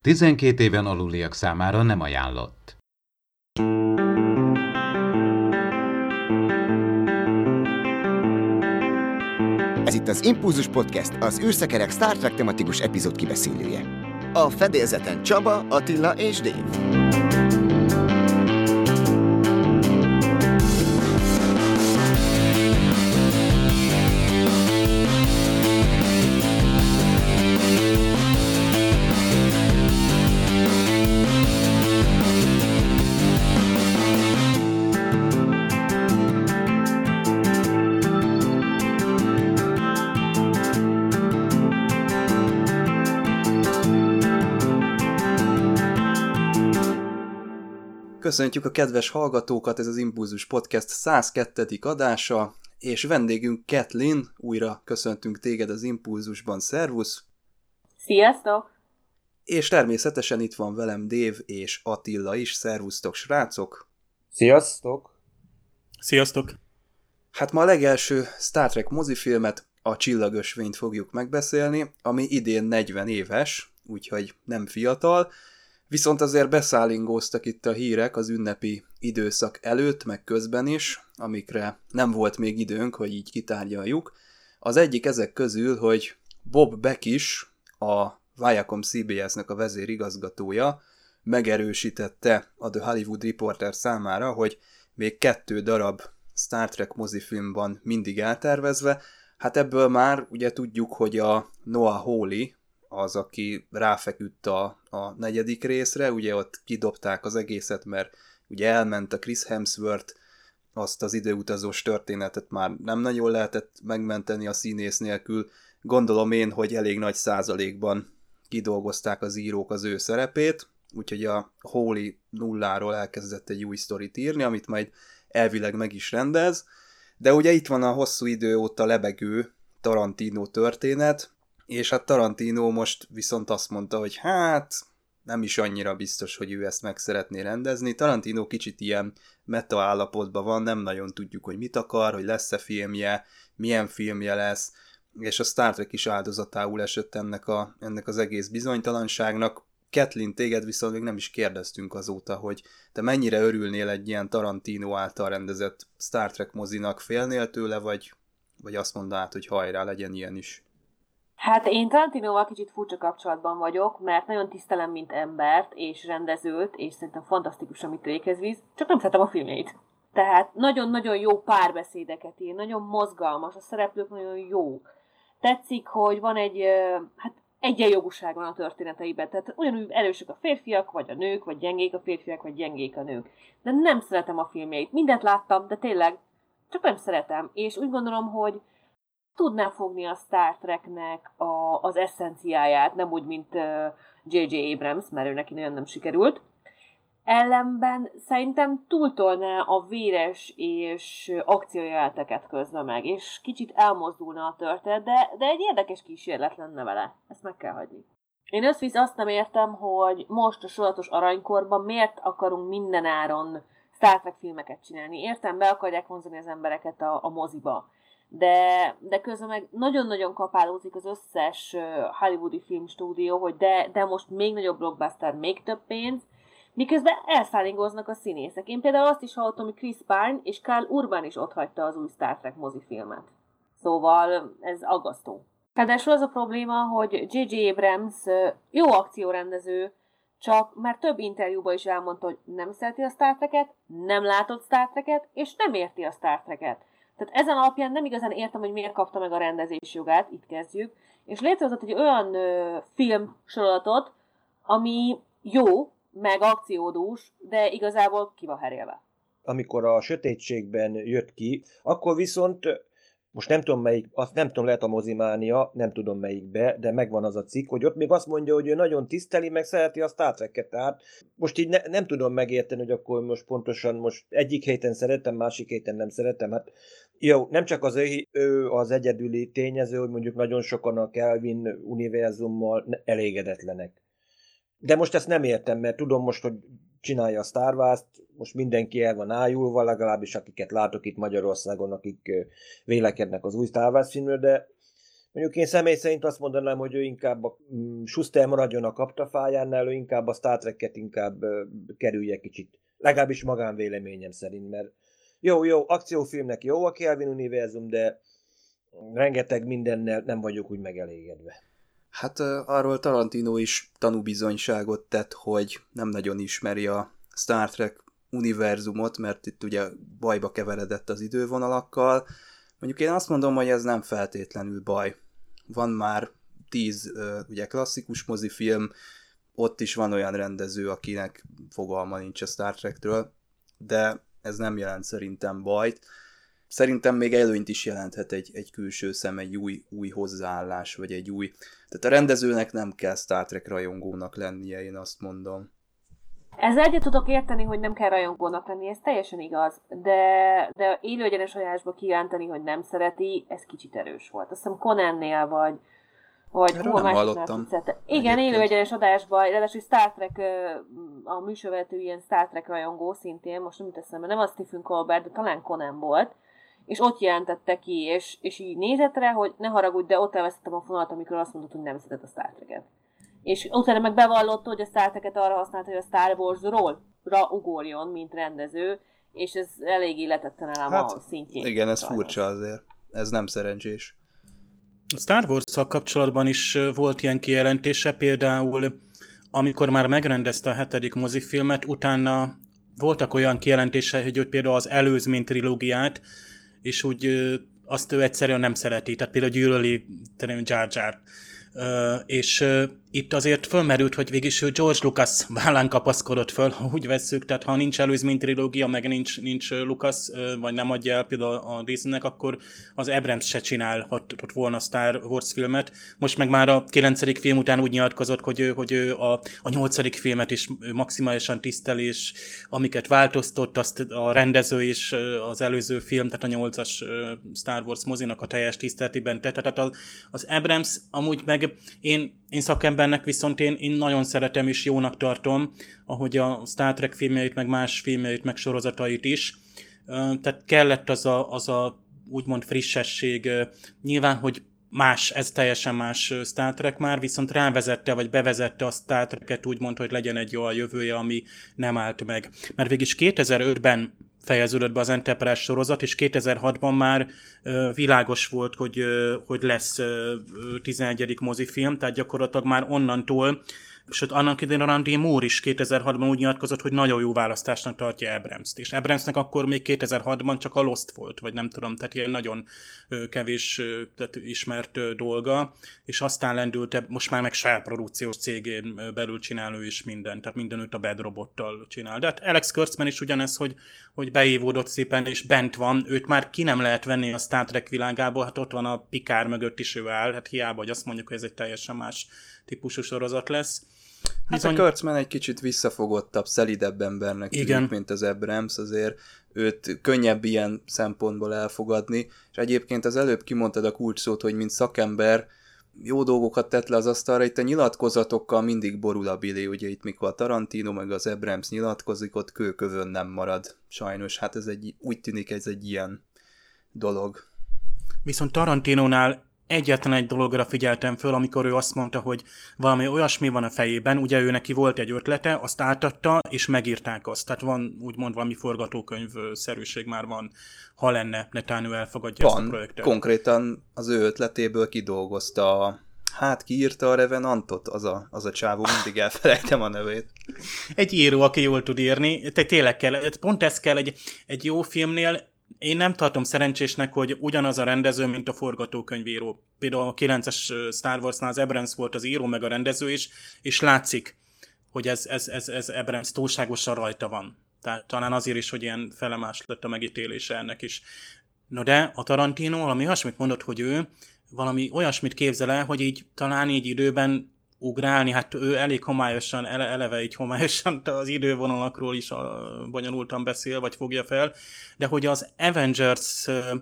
12 éven aluliak számára nem ajánlott. Ez itt az Impulzus Podcast, az űrszekerek Star Trek tematikus epizód kibeszélője. A fedélzeten Csaba, Attila és Dave. Köszöntjük a kedves hallgatókat, ez az Impulzus Podcast 102. adása, és vendégünk Kathleen, újra köszöntünk téged az Impulzusban, szervusz! Sziasztok! És természetesen itt van velem Dave és Attila is, szervusztok srácok! Sziasztok! Sziasztok! Hát ma a legelső Star Trek mozifilmet, a Csillagösvényt fogjuk megbeszélni, ami idén 40 éves, úgyhogy nem fiatal, viszont azért beszállingóztak itt a hírek az ünnepi időszak előtt, meg közben is, amikre nem volt még időnk, hogy így kitárgyaljuk. Az egyik ezek közül, hogy Bob Bakish, a Viacom CBS-nek a vezérigazgatója megerősítette a The Hollywood Reporter számára, hogy még 2 darab Star Trek mozifilm van mindig eltervezve. Hát ebből már ugye tudjuk, hogy a Noah Hawley, az, aki ráfeküdt a 4. részre, ugye ott kidobták az egészet, mert ugye elment a Chris Hemsworth, azt az időutazós történetet már nem nagyon lehetett megmenteni a színész nélkül. Gondolom én, hogy elég nagy százalékban kidolgozták az írók az ő szerepét, úgyhogy a Hawley nulláról elkezdett egy új sztorit írni, amit majd elvileg meg is rendez. De ugye itt van a hosszú idő óta lebegő Tarantino történet, és hát Tarantino most viszont azt mondta, hogy hát nem is annyira biztos, hogy ő ezt meg szeretné rendezni. Tarantino kicsit ilyen meta állapotban van, nem nagyon tudjuk, hogy mit akar, hogy lesz-e filmje, milyen filmje lesz, és a Star Trek is áldozatául esett ennek az egész bizonytalanságnak. Kathleen, téged viszont még nem is kérdeztünk azóta, hogy te mennyire örülnél egy ilyen Tarantino által rendezett Star Trek mozinak, félnél tőle, vagy azt mondanád, hogy hajrá, legyen ilyen is? Hát én Tarantinoval kicsit furcsa kapcsolatban vagyok, mert nagyon tisztelem, mint embert és rendezőt, és szerintem fantasztikus, amit véghez visz, csak nem szeretem a filmjeit. Tehát nagyon-nagyon jó párbeszédeket ír, nagyon mozgalmas, a szereplők nagyon jók. Tetszik, hogy van egy egyenjogúság van a történeteiben, tehát ugyanúgy erősek a férfiak, vagy a nők, vagy gyengék a férfiak, vagy gyengék a nők. De nem szeretem a filmjeit. Mindent láttam, de tényleg csak nem szeretem, és úgy gondolom, hogy tudná fogni a Star Treknek az eszenciáját, nem úgy, mint J.J. Abrams, mert ő neki nagyon nem sikerült. Ellenben szerintem túltolná a véres és akciójeleneteket közben meg, és kicsit elmozdulna a történet, de egy érdekes kísérlet lenne vele. Ezt meg kell hagyni. Én összvisz azt nem értem, hogy most a sorozatos aranykorban miért akarunk mindenáron Star Trek filmeket csinálni. Értem, be akarják vonzani az embereket a moziba. De közben meg nagyon-nagyon kapálózik az összes hollywoodi filmstúdió, hogy de most még nagyobb blockbuster, még több pénz, miközben elszállingoznak a színészek. Én például azt is hallottam, hogy Chris Pine és Karl Urban is otthagyta az új Star Trek mozifilmet. Szóval ez aggasztó. Ráadásul az a probléma, hogy J.J. Abrams jó akciórendező, csak már több interjúban is elmondta, hogy nem szereti a Star Treket, nem látott Star Treket, és nem érti a Star Treket. Tehát ezen alapján nem igazán értem, hogy miért kapta meg a rendezés jogát, itt kezdjük, és létrehozott egy olyan filmsorozatot, ami jó, meg akciódús, de igazából ki van herélve. Amikor a Sötétségben jött ki, akkor viszont, most nem tudom melyik, azt nem tudom, lehet a Mozimánia, nem tudom melyikbe, de megvan az a cikk, hogy ott még azt mondja, hogy ő nagyon tiszteli, meg szereti a Star Trek-et, tehát most így nem tudom megérteni, hogy akkor most pontosan most egyik héten szeretem, másik héten nem szeretem, hát jó, nem csak ő az egyedüli tényező, hogy mondjuk nagyon sokan a Kelvin univerzummal elégedetlenek. De most ezt nem értem, mert tudom most, hogy csinálja a Star Wars-t, most mindenki el van ájulva, legalábbis akiket látok itt Magyarországon, akik vélekednek az új Star Wars filmről, de Mondjuk én személy szerint azt mondanám, hogy ő inkább a Schuster maradjon a kaptafájánál, ő inkább a Star Trek-et inkább kerülje kicsit. Legalábbis magánvéleményem szerint, mert jó, akciófilmnek jó a Kelvin univerzum, de rengeteg mindennel nem vagyok úgy megelégedve. Hát arról Tarantino is tanúbizonyságot tett, hogy nem nagyon ismeri a Star Trek univerzumot, mert itt ugye bajba keveredett az idővonalakkal. Mondjuk én azt mondom, hogy ez nem feltétlenül baj. Van már 10 ugye klasszikus mozifilm, ott is van olyan rendező, akinek fogalma nincs a Star Trektől, de ez nem jelent szerintem bajt. Szerintem még előnyt is jelenthet egy külső szem, egy új hozzáállás, vagy egy új... Tehát a rendezőnek nem kell Star Trek rajongónak lennie, én azt mondom. Ezzel egyet tudok érteni, hogy nem kell rajongónak lenni, ez teljesen igaz, de élőegyenes ajánlásba kijelenteni, hogy nem szereti, ez kicsit erős volt. Azt hiszem Conannél vagy erről nem hallottam. Igen, élőegyenes adásban, ráadásul Star Trek, a műsorvezető ilyen Star Trek rajongó szintén, most nem teszem, nem a Stephen Colbert, de talán Conan volt, és ott jelentette ki, és így nézett rá, hogy ne haragudj, de ott elvesztettem a fonalat, amikor azt mondod, hogy nem szereted a Star Treket. És utána meg bevallotta, hogy a Star Treket arra használta, hogy a Star Wars-ról ugorjon, mint rendező, és ez eléggé letetten el a szintjén. Igen, ez furcsa azért. Ez nem szerencsés. A Star Wars-szal kapcsolatban is volt ilyen kijelentése, például amikor már megrendezte a 7. mozifilmet, utána voltak olyan kijelentései, hogy például az előzmény trilógiát, és úgy azt ő egyszerűen nem szereti, tehát például gyűlöli Jar Jar. És itt azért fölmerült, hogy végig George Lucas vállán kapaszkodott föl, ha úgy vesszük, tehát ha nincs előzmény trilógia, meg nincs Lucas, vagy nem adja el például a Disneynek, akkor az Abrams se csinálhatott volna Star Wars filmet. Most meg már a 9. film után úgy nyilatkozott, hogy ő a 8. filmet is maximálisan tiszteli, és amiket változtott, azt a rendező és az előző film, tehát a 8-as Star Wars mozinak a teljes tiszteletében tette. Tehát az Abrams amúgy meg én szakembernek viszont én nagyon szeretem és jónak tartom, ahogy a Star Trek filmjeit, meg más filmjeit, meg sorozatait is. Tehát kellett az a úgymond frissesség. Nyilván, hogy más, ez teljesen más Star Trek már, viszont rávezette, vagy bevezette a Star Treket úgymond, hogy legyen egy olyan jövője, ami nem állt meg. Mert végig 2005-ben fejeződött be az Enterprise sorozat, és 2006-ban már világos volt, hogy lesz 11. mozifilm, tehát gyakorlatilag már onnantól, sőt annak idején a Randy Moore is 2006-ban úgy nyilatkozott, hogy nagyon jó választásnak tartja Abramst, és Abramsnek akkor még 2006-ban csak a Lost volt, vagy nem tudom, tehát ilyen nagyon kevés ismert dolga, és aztán lendült, most már meg saját produkciós cégén belül csinál ő is mindent, tehát mindenütt a Bad Robottal csinál. De hát Alex Kurtzman is ugyanez, hogy beívódott szépen, és bent van, őt már ki nem lehet venni a Star Trek világából, hát ott van a Picard mögött is ő áll, hát hiába, hogy azt mondjuk, hogy ez egy teljesen más típusú sorozat lesz. Hát a Kurtzman egy kicsit visszafogottabb, szelidebb embernek tűnik, mint az Abrams, azért őt könnyebb ilyen szempontból elfogadni, és egyébként az előbb kimondtad a kulcsszót, hogy mint szakember jó dolgokat tett le az asztalra, itt a nyilatkozatokkal mindig borul a Billy, ugye itt mikor a Tarantino meg az Abrams nyilatkozik, ott kőkövön nem marad, sajnos, hát úgy tűnik ez egy ilyen dolog. Viszont Tarantinónál egyetlen egy dologra figyeltem föl, amikor ő azt mondta, hogy valami olyasmi van a fejében, ugye ő neki volt egy ötlete, azt átadta, és megírták azt. Tehát van úgymond valami forgatókönyvszerűség már van, ha lenne, netán ő elfogadja ezt a projektet. Konkrétan az ő ötletéből kidolgozta ki írta a Revenantot, az a csávó, mindig elfelejtem a nevét. Egy író, aki jól tud írni, tényleg kell, pont ez kell egy jó filmnél. Én nem tartom szerencsésnek, hogy ugyanaz a rendező, mint a forgatókönyvíró. Például a 9-es Star Warsnál az Abrams volt az író, meg a rendező is, és látszik, hogy ez Abrams túlságosan rajta van. Tehát talán azért is, hogy ilyen felemás lett a megítélése ennek is. No de a Tarantino valami olyasmit mondott, hogy ő valami olyasmit képzel el, hogy így talán így időben ugrálni, hát ő elég homályosan, eleve így homályosan az idővonalakról is bonyolultan beszél, vagy fogja fel, de hogy az Avengers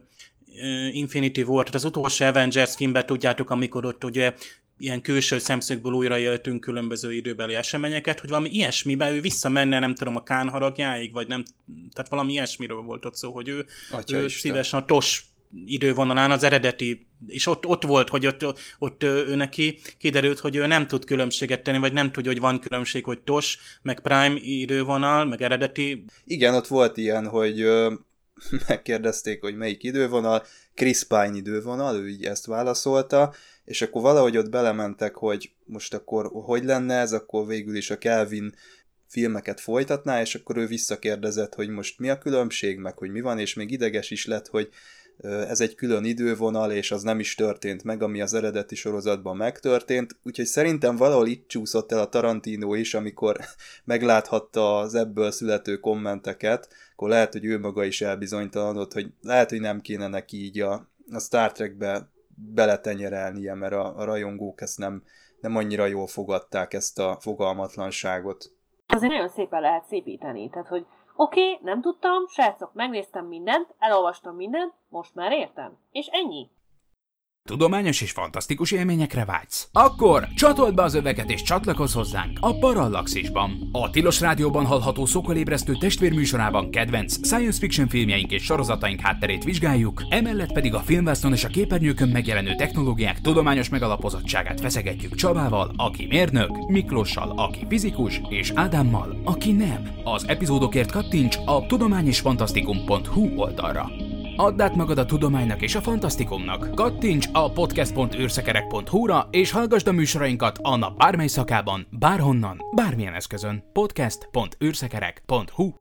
Infinity War, tehát az utolsó Avengers filmben tudjátok, amikor ott ugye ilyen külső szemszögből újraéltünk különböző időbeli eseményeket, hogy valami ilyesmiben ő visszamenne, nem tudom, a Kán haragjáig, vagy nem, tehát valami ilyesmiről volt ott szó, hogy ő szívesen a TOS idővonalán, az eredeti És ott volt, hogy ott ő neki kiderült, hogy ő nem tud különbséget tenni, vagy nem tudja, hogy van különbség, hogy TOS, meg Prime idővonal, meg eredeti. Igen, ott volt ilyen, hogy megkérdezték, hogy melyik idővonal, Chris Pine idővonal, ő így ezt válaszolta, és akkor valahogy ott belementek, hogy most akkor hogy lenne ez, akkor végül is a Kelvin filmeket folytatná, és akkor ő visszakérdezett, hogy most mi a különbség, meg hogy mi van, és még ideges is lett, hogy ez egy külön idővonal, és az nem is történt meg, ami az eredeti sorozatban megtörtént, úgyhogy szerintem valahol itt csúszott el a Tarantino is, amikor megláthatta az ebből születő kommenteket, akkor lehet, hogy ő maga is elbizonytalanodott, hogy lehet, hogy nem kéne neki így a Star Trekbe beletenyerelnie, mert a rajongók ezt nem annyira jól fogadták, ezt a fogalmatlanságot. Azért nagyon szépen lehet szépíteni, tehát hogy oké, nem tudtam, srácok, megnéztem mindent, elolvastam mindent, most már értem. És ennyi. Tudományos és fantasztikus élményekre vágysz? Akkor csatold be az öveket és csatlakozz hozzánk a Parallaxisban. A Tilos Rádióban hallható szokolébresztő testvérműsorában kedvenc science fiction filmjeink és sorozataink hátterét vizsgáljuk, emellett pedig a filmvásznon és a képernyőkön megjelenő technológiák tudományos megalapozottságát feszegetjük Csabával, aki mérnök, Miklóssal, aki fizikus, és Ádámmal, aki nem. Az epizódokért kattints a tudományosfantasztikum.hu oldalra. Add át magad a tudománynak és a fantasztikumnak. Kattints a podcast.űrszekerek.hu-ra és hallgasd a műsorainkat a nap bármely szakában, bárhonnan, bármilyen eszközön. podcast.űrszekerek.hu.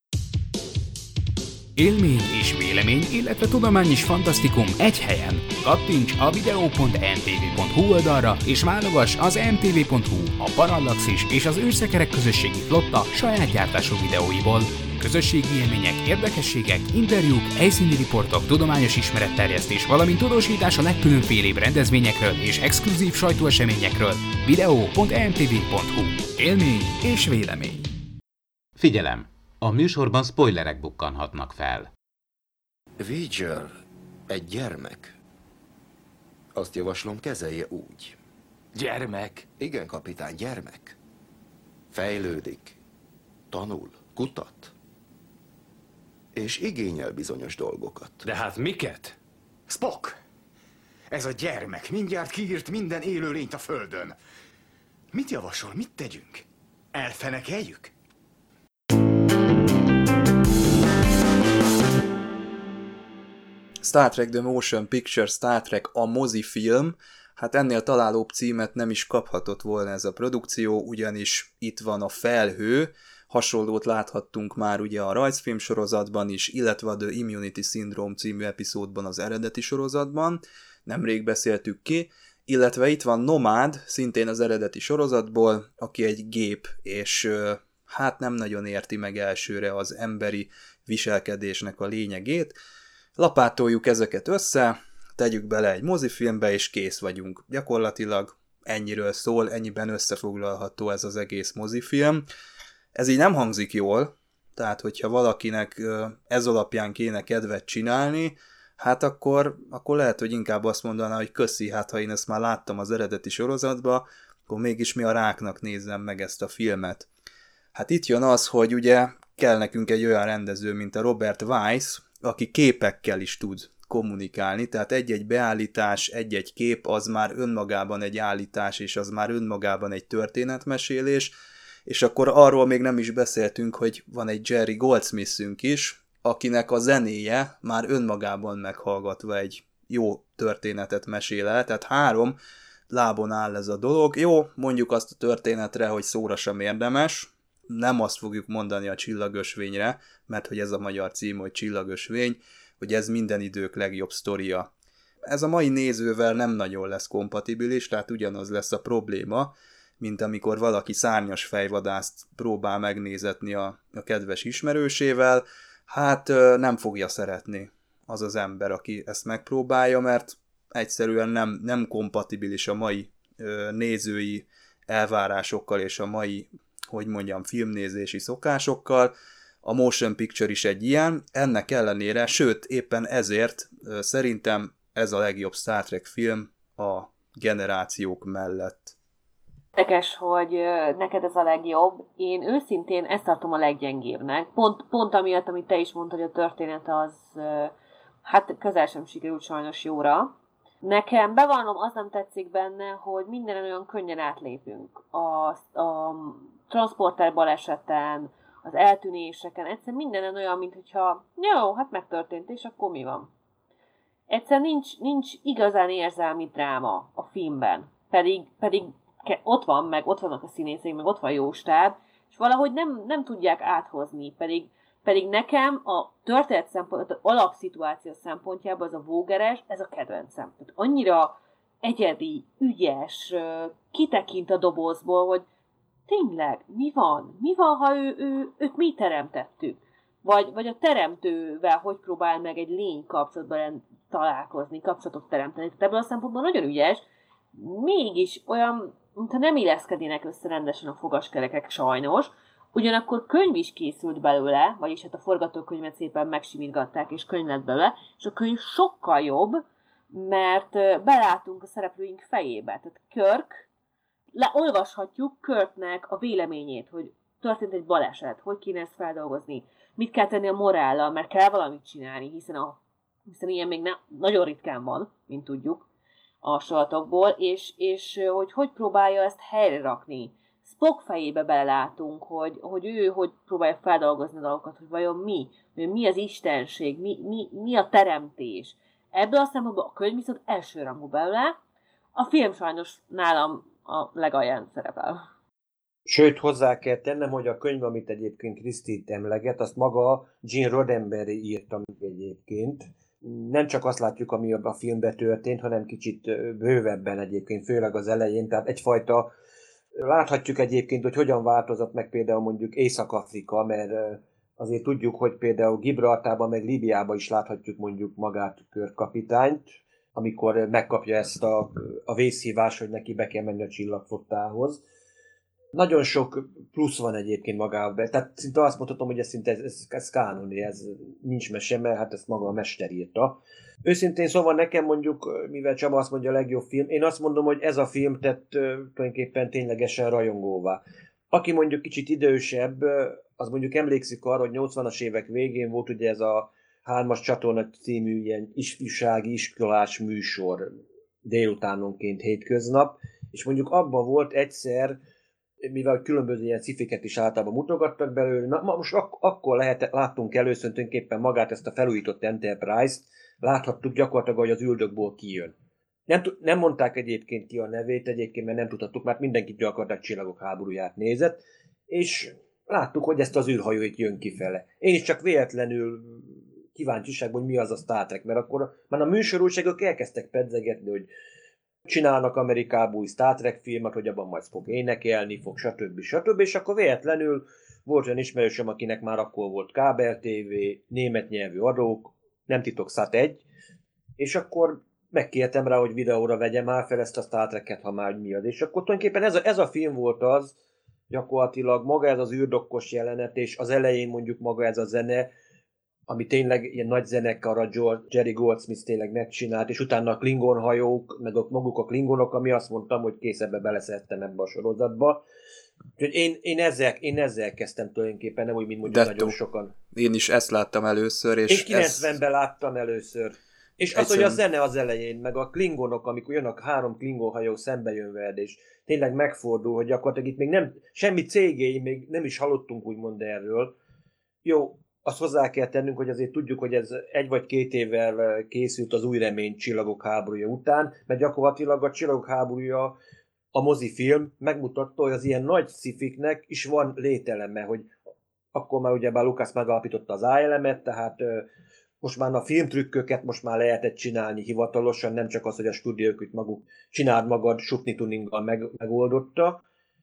Élmény és vélemény, illetve tudomány és fantasztikum egy helyen. Kattints a video.mtv.hu oldalra és válogass az mtv.hu, a Parallaxis és az űrszekerek közösségi flotta saját gyártású videóiból. Közösségi élmények, érdekességek, interjúk, helyszíni riportok, tudományos ismeretterjesztés, valamint tudósítás a legkülönfélébb rendezvényekről és exkluzív sajtóeseményekről. video.mtv.hu. Élmény és vélemény. Figyelem! A műsorban spoilerek bukkanhatnak fel. Vigil, egy gyermek. Azt javaslom, kezelje úgy. Gyermek? Igen, kapitány, gyermek. Fejlődik, tanul, kutat, és igényel bizonyos dolgokat. De hát miket? Spock! Ez a gyermek mindjárt kiírt minden élőlényt a Földön. Mit javasol, mit tegyünk? Elfenekeljük? Star Trek The Motion Picture, Star Trek a mozifilm, hát ennél találóbb címet nem is kaphatott volna ez a produkció, ugyanis itt van a felhő, hasonlót láthattunk már ugye a rajzfilm sorozatban is, illetve a The Immunity Syndrome című epizódban az eredeti sorozatban, nemrég beszéltük ki, illetve itt van Nomád, szintén az eredeti sorozatból, aki egy gép, és hát nem nagyon érti meg elsőre az emberi viselkedésnek a lényegét. Lapátoljuk ezeket össze, tegyük bele egy mozifilmbe, és kész vagyunk. Gyakorlatilag ennyiről szól, ennyiben összefoglalható ez az egész mozifilm. Ez így nem hangzik jól, tehát hogyha valakinek ez alapján kéne kedvet csinálni, hát akkor lehet, hogy inkább azt mondaná, hogy köszi, hát ha én ezt már láttam az eredeti sorozatba, akkor mégis mi a ráknak nézzem meg ezt a filmet. Hát itt jön az, hogy ugye kell nekünk egy olyan rendező, mint a Robert Wise, aki képekkel is tud kommunikálni, tehát egy-egy beállítás, egy-egy kép az már önmagában egy állítás, és az már önmagában egy történetmesélés, és akkor arról még nem is beszéltünk, hogy van egy Jerry Goldsmithünk is, akinek a zenéje már önmagában meghallgatva egy jó történetet mesél el, tehát 3 lábon áll ez a dolog. Jó, mondjuk azt a történetre, hogy szóra sem érdemes, nem azt fogjuk mondani a Csillagösvényre, mert hogy ez a magyar cím, hogy Csillagösvény, hogy ez minden idők legjobb sztoria. Ez a mai nézővel nem nagyon lesz kompatibilis, tehát ugyanaz lesz a probléma, mint amikor valaki szárnyas fejvadászt próbál megnézetni a kedves ismerősével, hát nem fogja szeretni az az ember, aki ezt megpróbálja, mert egyszerűen nem kompatibilis a mai nézői elvárásokkal és a mai, hogy mondjam, filmnézési szokásokkal. A motion picture is egy ilyen, ennek ellenére, sőt, éppen ezért szerintem ez a legjobb Star Trek film a generációk mellett. Érdekes, hogy neked ez a legjobb. Én őszintén ezt tartom a leggyengébbnek. Pont amiatt, amit te is mondtad, hogy a történet az hát közel sem sikerült sajnos jóra. Nekem, bevallom, az nem tetszik benne, hogy minden olyan könnyen átlépünk. A transporter baleseten, az eltűnéseken, egyszerűen mindenen olyan, mintha jó, hát megtörtént, és akkor mi van? Egyszerűen nincs igazán érzelmi dráma a filmben, pedig ott van, meg ott vannak a színészek, meg ott van jó stáb, és valahogy nem tudják áthozni, pedig nekem a történet szempont, az alapszituáció szempontjából az a vógeres, ez a kedvencem. Tehát annyira egyedi, ügyes, kitekint a dobozból, hogy tényleg, mi van? Mi van, ha őt mi teremtettük? Vagy a teremtővel hogy próbál meg egy lény kapcsolatban találkozni, kapcsolatot teremteni. Tehát ebből a szempontból nagyon ügyes, mégis olyan, mintha nem illeszkednének össze rendesen a fogaskerekek sajnos, ugyanakkor könyv is készült belőle, vagyis hát a forgatókönyvet szépen megsimítgatták, és könyv lett belőle, és a könyv sokkal jobb, mert belátunk a szereplőink fejébe. Tehát Kirk, olvashatjuk Kirknek a véleményét, hogy történt egy baleset, hogy kéne ezt feldolgozni, mit kell tenni a morállal, mert kell valamit csinálni, hiszen ilyen még nagyon ritkán van, mint tudjuk a sorozatokból, és hogy próbálja ezt helyre rakni. Spock fejébe belelátunk, hogy ő hogy próbálja feldolgozni a dolgokat, hogy vajon mi az istenség, mi a teremtés. Ebből a szempontból a könyv viszont elsőrangú belőle, a film sajnos nálam a legalján szerepel. Sőt, hozzá kell tennem, hogy a könyv, amit egyébként Kriszti emleget, azt maga Gene Roddenberry írta egyébként. Nem csak azt látjuk, ami a filmben történt, hanem kicsit bővebben egyébként, főleg az elején. Tehát egyfajta láthatjuk egyébként, hogy hogyan változott meg például mondjuk Észak-Afrika, mert azért tudjuk, hogy például Gibraltárban, meg Líbiában is láthatjuk mondjuk magát Kirk kapitányt, amikor megkapja ezt a vészhívást, hogy neki be kell menni a csillagflottához. Nagyon sok plusz van egyébként magában, tehát szinte azt mondhatom, hogy ez szinte ez kánoni, ez nincs mese, mert hát ezt maga a mester írta. Őszintén szóval nekem mondjuk, mivel Csaba azt mondja a legjobb film, én azt mondom, hogy ez a film tett tulajdonképpen ténylegesen rajongóvá. Aki mondjuk kicsit idősebb, az mondjuk emlékszik arra, hogy 80-as évek végén volt ugye ez a 3-as csatorna című ilyen ifjúsági iskolás műsor délutánonként hétköznap, és mondjuk abban volt egyszer, mivel különböző ilyen sci-fiket is általában mutogattak belőle, na most akkor láttunk először tulajdonképpen magát ezt a felújított Enterprise-t, láthattuk gyakorlatilag, hogy az üldökból kijön. Nem mondták egyébként ki a nevét, egyébként, mert nem tudhattuk, mert mindenki gyakorlatilag Csillagok háborúját nézett, és láttuk, hogy ezt az űrhajó itt jön kifele. Én is csak véletlenül kíváncsiságban, hogy mi az a Star Trek, mert akkor már a műsorúságok elkezdtek pedzegetni, hogy csinálnak Amerikából új Star Trek filmet, hogy abban majd fog énekelni, fog stb. És akkor véletlenül volt olyan ismerősöm, akinek már akkor volt kábel TV, német nyelvű adók, nem titok SAT1, és akkor megkértem rá, hogy videóra vegye már fel ezt a Star Trek-et, ha már mi az. És akkor tulajdonképpen ez a film volt az, gyakorlatilag maga ez az űrdokkos jelenet, és az elején mondjuk maga ez a zene, ami tényleg ilyen nagy zenekar, a Jerry Goldsmith tényleg megcsinált, és utána a Klingon hajók, meg maguk a Klingonok, ami azt mondtam, hogy készebben beleszerettem ebbe a sorozatba. Úgyhogy én ezzel kezdtem tulajdonképpen, nem úgy, mint mondjuk nagyon sokan. Én is ezt láttam először, és én 90-ben láttam először. És az, hogy a zene az elején, meg a Klingonok, amikor jön a 3 Klingon hajó, szembe jön veled, és tényleg megfordul, hogy gyakorlatilag itt még nem, semmi cégéi, még nem is hallottunk úgymond erről. Jó, azt hozzá kell tennünk, hogy azért tudjuk, hogy ez 1 vagy 2 évvel készült az Új Remény Csillagok háborúja után, mert gyakorlatilag a Csillagok háborúja, a mozifilm megmutatta, hogy az ilyen nagy sci-fiknek is van lételeme, hogy akkor már ugyebár Lucas megalapította az A-elemet, tehát most már a filmtrükköket most már lehetett csinálni hivatalosan, nem csak az, hogy a stúdiók itt maguk csináld magad, Sutni Tuninggal megoldotta,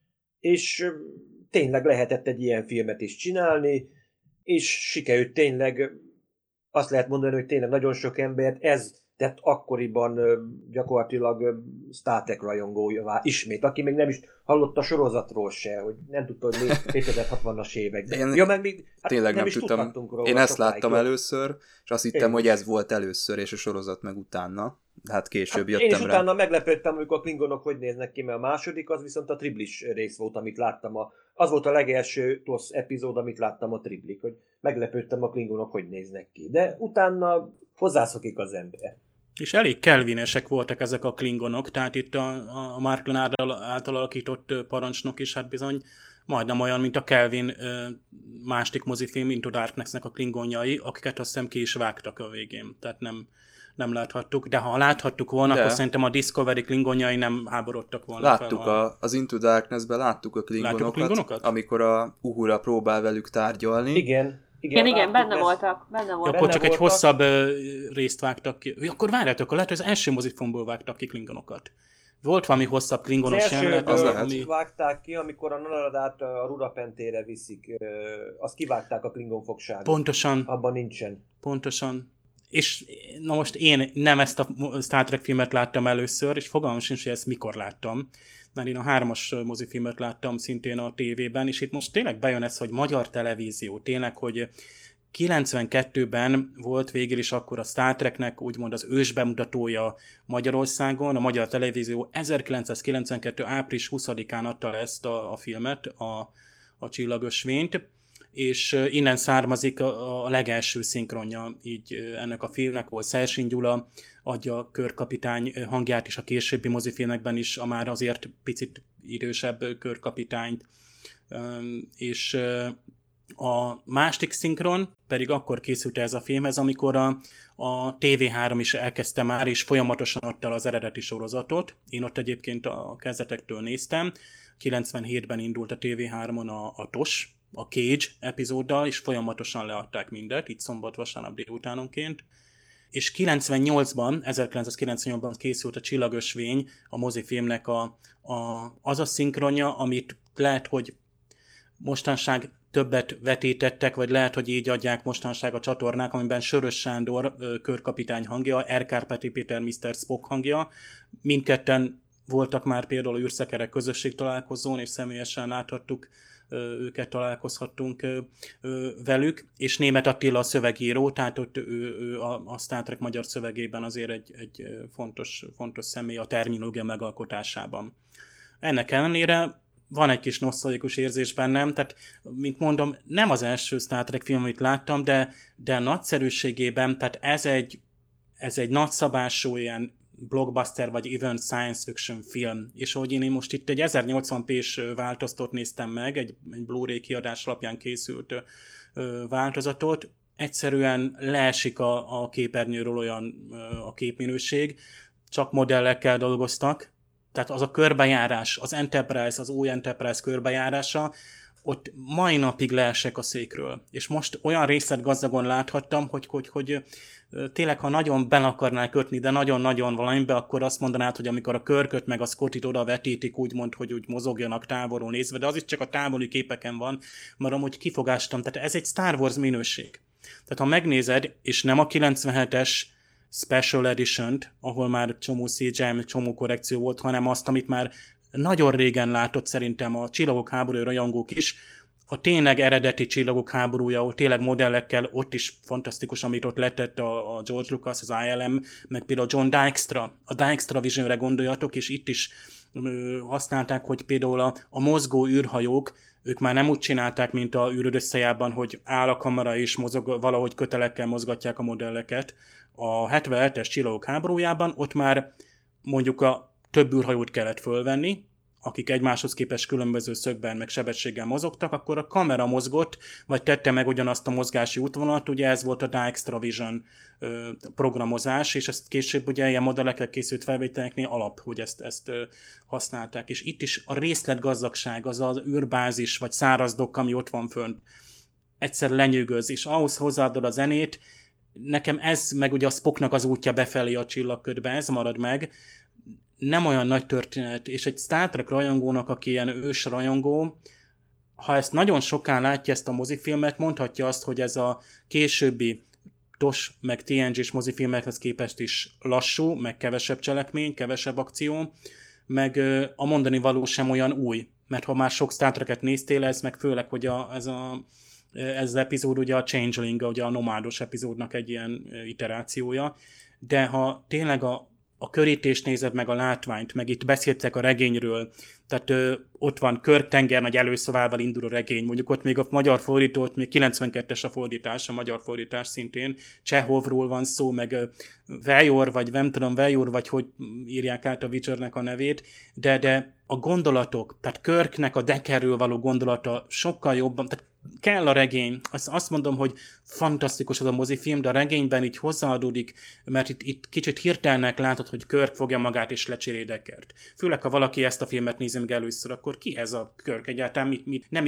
és tényleg lehetett egy ilyen filmet is csinálni, és sikerült tényleg, azt lehet mondani, hogy tényleg nagyon sok embert ez tett akkoriban gyakorlatilag Star Trek rajongójává ismét, aki még nem is hallott a sorozatról se, hogy nem tudta, hogy 2060-as években. Ja, meg még tényleg nem tudtam. Róla, én ezt láttam először, és azt hittem, hogy ez volt először, és a sorozat meg utána. Hát később jöttem rá. Én is utána meglepődtem, amikor a Klingonok hogy néznek ki, mert a második az viszont a triblis rész volt, amit láttam. Az volt a legelső TOSZ epizód, amit láttam a triblik, hogy meglepődtem a Klingonok hogy néznek ki. De utána hozzászokik az ember. És elég kelvinesek voltak ezek a klingonok, tehát itt a Mark Lenard által alakított parancsnok is hát bizony majdnem olyan, mint a Kelvin másik mozifilm Into Darkness-nek a klingonjai, akiket azt hiszem ki is vágtak a végén, tehát nem láthattuk, de ha láthattuk volna, akkor szerintem a Discovery klingonjai nem háborodtak volna. Láttuk az Into Darkness-ben láttuk a klingonokat, amikor a Uhura próbál velük tárgyalni. Igen, benne voltak. Akkor csak egy hosszabb részt vágtak ki. Akkor várjátok, lehet, hogy az első mozifilmból vágtak ki klingonokat. Volt valami hosszabb klingonos jelenet. Az első vágták ki, amikor a Naradát a Rurapentére viszik. Azt kivágták a klingon fogságot. Pontosan. Abban nincsen. Pontosan. És na most én nem ezt a Star Trek filmet láttam először, és fogalmam sincs, hogy ezt mikor láttam. Mert én a 3-as mozifilmet láttam szintén a tévében, és itt most tényleg bejön ez, hogy magyar televízió, tényleg, hogy 92-ben volt végül is akkor a Star Treknek úgymond az ősbemutatója Magyarországon, a Magyar Televízió 1992. április 20-án adta le ezt a filmet, a Csillagösvényt, és innen származik a legelső szinkronja így ennek a filmnek, ahol Szersény Gyula adja a körkapitány hangját, és a későbbi mozifilmekben is a már azért picit idősebb körkapitányt. És a másik szinkron pedig akkor készült ez a filmhez, amikor a TV3 is elkezdte már, és folyamatosan adta az eredeti sorozatot. Én ott egyébként a kezdetektől néztem. 97-ben indult a TV3-on a TOS, a Cage epizóddal, és folyamatosan leadták mindet, itt szombat-vasárnap délutánonként. És 1998-ban készült a Csillagösvény, a mozifilmnek az a szinkronja, amit lehet, hogy mostanság többet vetítettek, vagy lehet, hogy így adják mostanság a csatornák, amiben Sörös Sándor körkapitány hangja, R. Kárpáti Péter Mr. Spock hangja. Mindketten voltak már például a űrszekerek közösség találkozón, és személyesen láthattuk őket, találkozhattunk velük, és Németh Attila a szövegíró, tehát ott ő a Star Trek magyar szövegében azért egy fontos személy a terminológia megalkotásában. Ennek ellenére van egy kis nosztalgikus érzés bennem, tehát, mint mondom, nem az első Star Trek film, amit láttam, de nagyszerűségében, tehát ez egy nagyszabású ilyen blockbuster vagy event science fiction film, és ahogy én most itt egy 1080p-s változatot néztem meg, egy Blu-ray kiadás alapján készült változatot, egyszerűen leesik a képernyőről olyan a képminőség, csak modellekkel dolgoztak, tehát az a körbejárás, az Enterprise, az új Enterprise körbejárása, ott mai napig leesek a székről. És most olyan részletgazdagon láthattam, hogy tényleg, ha nagyon bele akarnál kötni, de nagyon-nagyon valamibe, akkor azt mondanád, hogy amikor a Kirköt meg a Scottit oda vetítik, úgymond, hogy úgy mozogjanak távolról nézve, de az is csak a távoli képeken van, mert amúgy kifogástam. Tehát ez egy Star Wars minőség. Tehát ha megnézed, és nem a 97-es Special Edition-t, ahol már csomó CGI, csomó korrekció volt, hanem azt, amit már nagyon régen látott szerintem a Csillagok háborúja rajongók is, a tényleg eredeti Csillagok háborúja, ahol tényleg modellekkel, ott is fantasztikus, amit ott letett a George Lucas, az ILM, meg például John Dykstra. A Dykstra Visionre gondoljatok, és itt is használták, hogy például a mozgó űrhajók, ők már nem úgy csinálták, mint a űröd összejában, hogy áll a kamera és mozog, valahogy kötelekkel mozgatják a modelleket. A 77-es Csillagok háborújában ott már mondjuk a több űrhajót kellett fölvenni, akik egymáshoz képest különböző szögben meg sebességgel mozogtak, akkor a kamera mozgott, vagy tette meg ugyanazt a mozgási útvonalat, ugye ez volt a Dykstra Vision programozás, és ezt később ugye ilyen modellekkel készült felvételeknél alap, hogy ezt használták. És itt is a részletgazdagság, az az űrbázis, vagy száraz dokk, ami ott van fönt, egyszer lenyűgöz, és ahhoz hozzáadod a zenét, nekem ez, meg ugye a Spocknak az útja befelé a csillagködbe, ez marad meg, nem olyan nagy történet, és egy Star Trek rajongónak, aki ilyen ős rajongó, ha ezt nagyon sokan látja ezt a mozifilmet, mondhatja azt, hogy ez a későbbi TOS meg TNG-s mozifilmekhez képest is lassú, meg kevesebb cselekmény, kevesebb akció, meg a mondani való sem olyan új, mert ha már sok Star Trek-et néztél, ez meg főleg, hogy ez az epizód ugye a Changeling, ugye a nomádos epizódnak egy ilyen iterációja, de ha tényleg a körítést nézed meg, a látványt, meg itt beszéltek a regényről, Tehát ott van Kirk tengernagy előszavával indul a regény, mondjuk ott még a magyar fordító, ott még 92-es a fordítás, a magyar fordítás szintén, Csehovról van szó, meg Vejor, vagy nem tudom, Vejor, vagy hogy írják át a Witchernek a nevét, de a gondolatok, tehát Kirknek a Deckerről való gondolata sokkal jobban, tehát kell a regény. Azt mondom, hogy fantasztikus az a mozifilm, de a regényben így hozzáadódik, mert itt kicsit hirtelnek látod, hogy Kirk fogja magát és lecserél Deckert. Főleg, ha valaki ezt a filmet nézi meg először, akkor ki ez a Kirk egyáltalán? Nem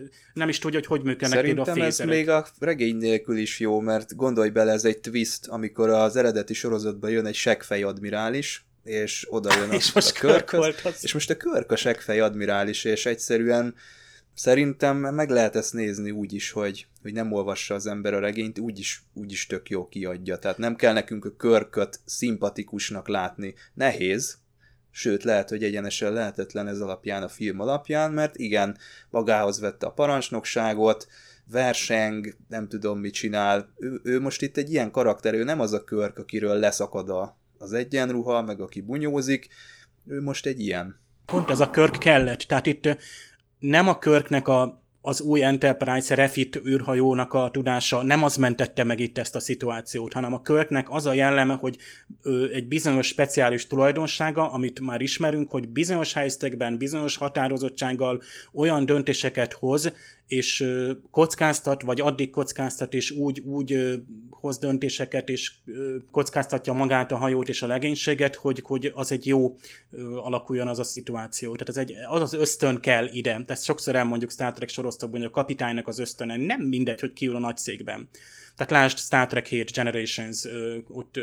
is tudja, hogy működnek például a fészerek. Szerintem ez még a regény nélkül is jó, mert gondolj bele, ez egy twist, amikor az eredeti sorozatban jön egy seggfej admirális, és oda jön és most Kirk volt az. És most a Kirk a seggfej admirális, és egyszerűen szerintem meg lehet ezt nézni úgy is, hogy nem olvassa az ember a regényt, úgyis tök jó kiadja. Tehát nem kell nekünk a Kirköt szimpatikusnak látni. Nehéz, sőt lehet, hogy egyenesen lehetetlen ez alapján, a film alapján, mert igen, magához vette a parancsnokságot, verseng, nem tudom mit csinál. Ő most itt egy ilyen karakter, ő nem az a Kirk, akiről leszakad az egyenruha, meg aki bunyózik, ő most egy ilyen. Pont ez a Kirk kellett, tehát itt nem a Kirknek az új Enterprise refit űrhajónak a tudása, nem az mentette meg itt ezt a szituációt, hanem a Kirknek az a jelleme, hogy egy bizonyos speciális tulajdonsága, amit már ismerünk, hogy bizonyos helyzetekben, bizonyos határozottsággal olyan döntéseket hoz, és kockáztat, vagy addig kockáztat, és úgy hoz döntéseket, és kockáztatja magát a hajót és a legénységet, hogy az egy jó alakuljon az a szituáció. Tehát az az ösztön kell ide. Ezt sokszor elmondjuk Star Trek sorozatokban, hogy a kapitánynak az ösztöne nem mindegy, hogy kiül a nagy cégben. Tehát lásd Star Trek 7 Generations, ott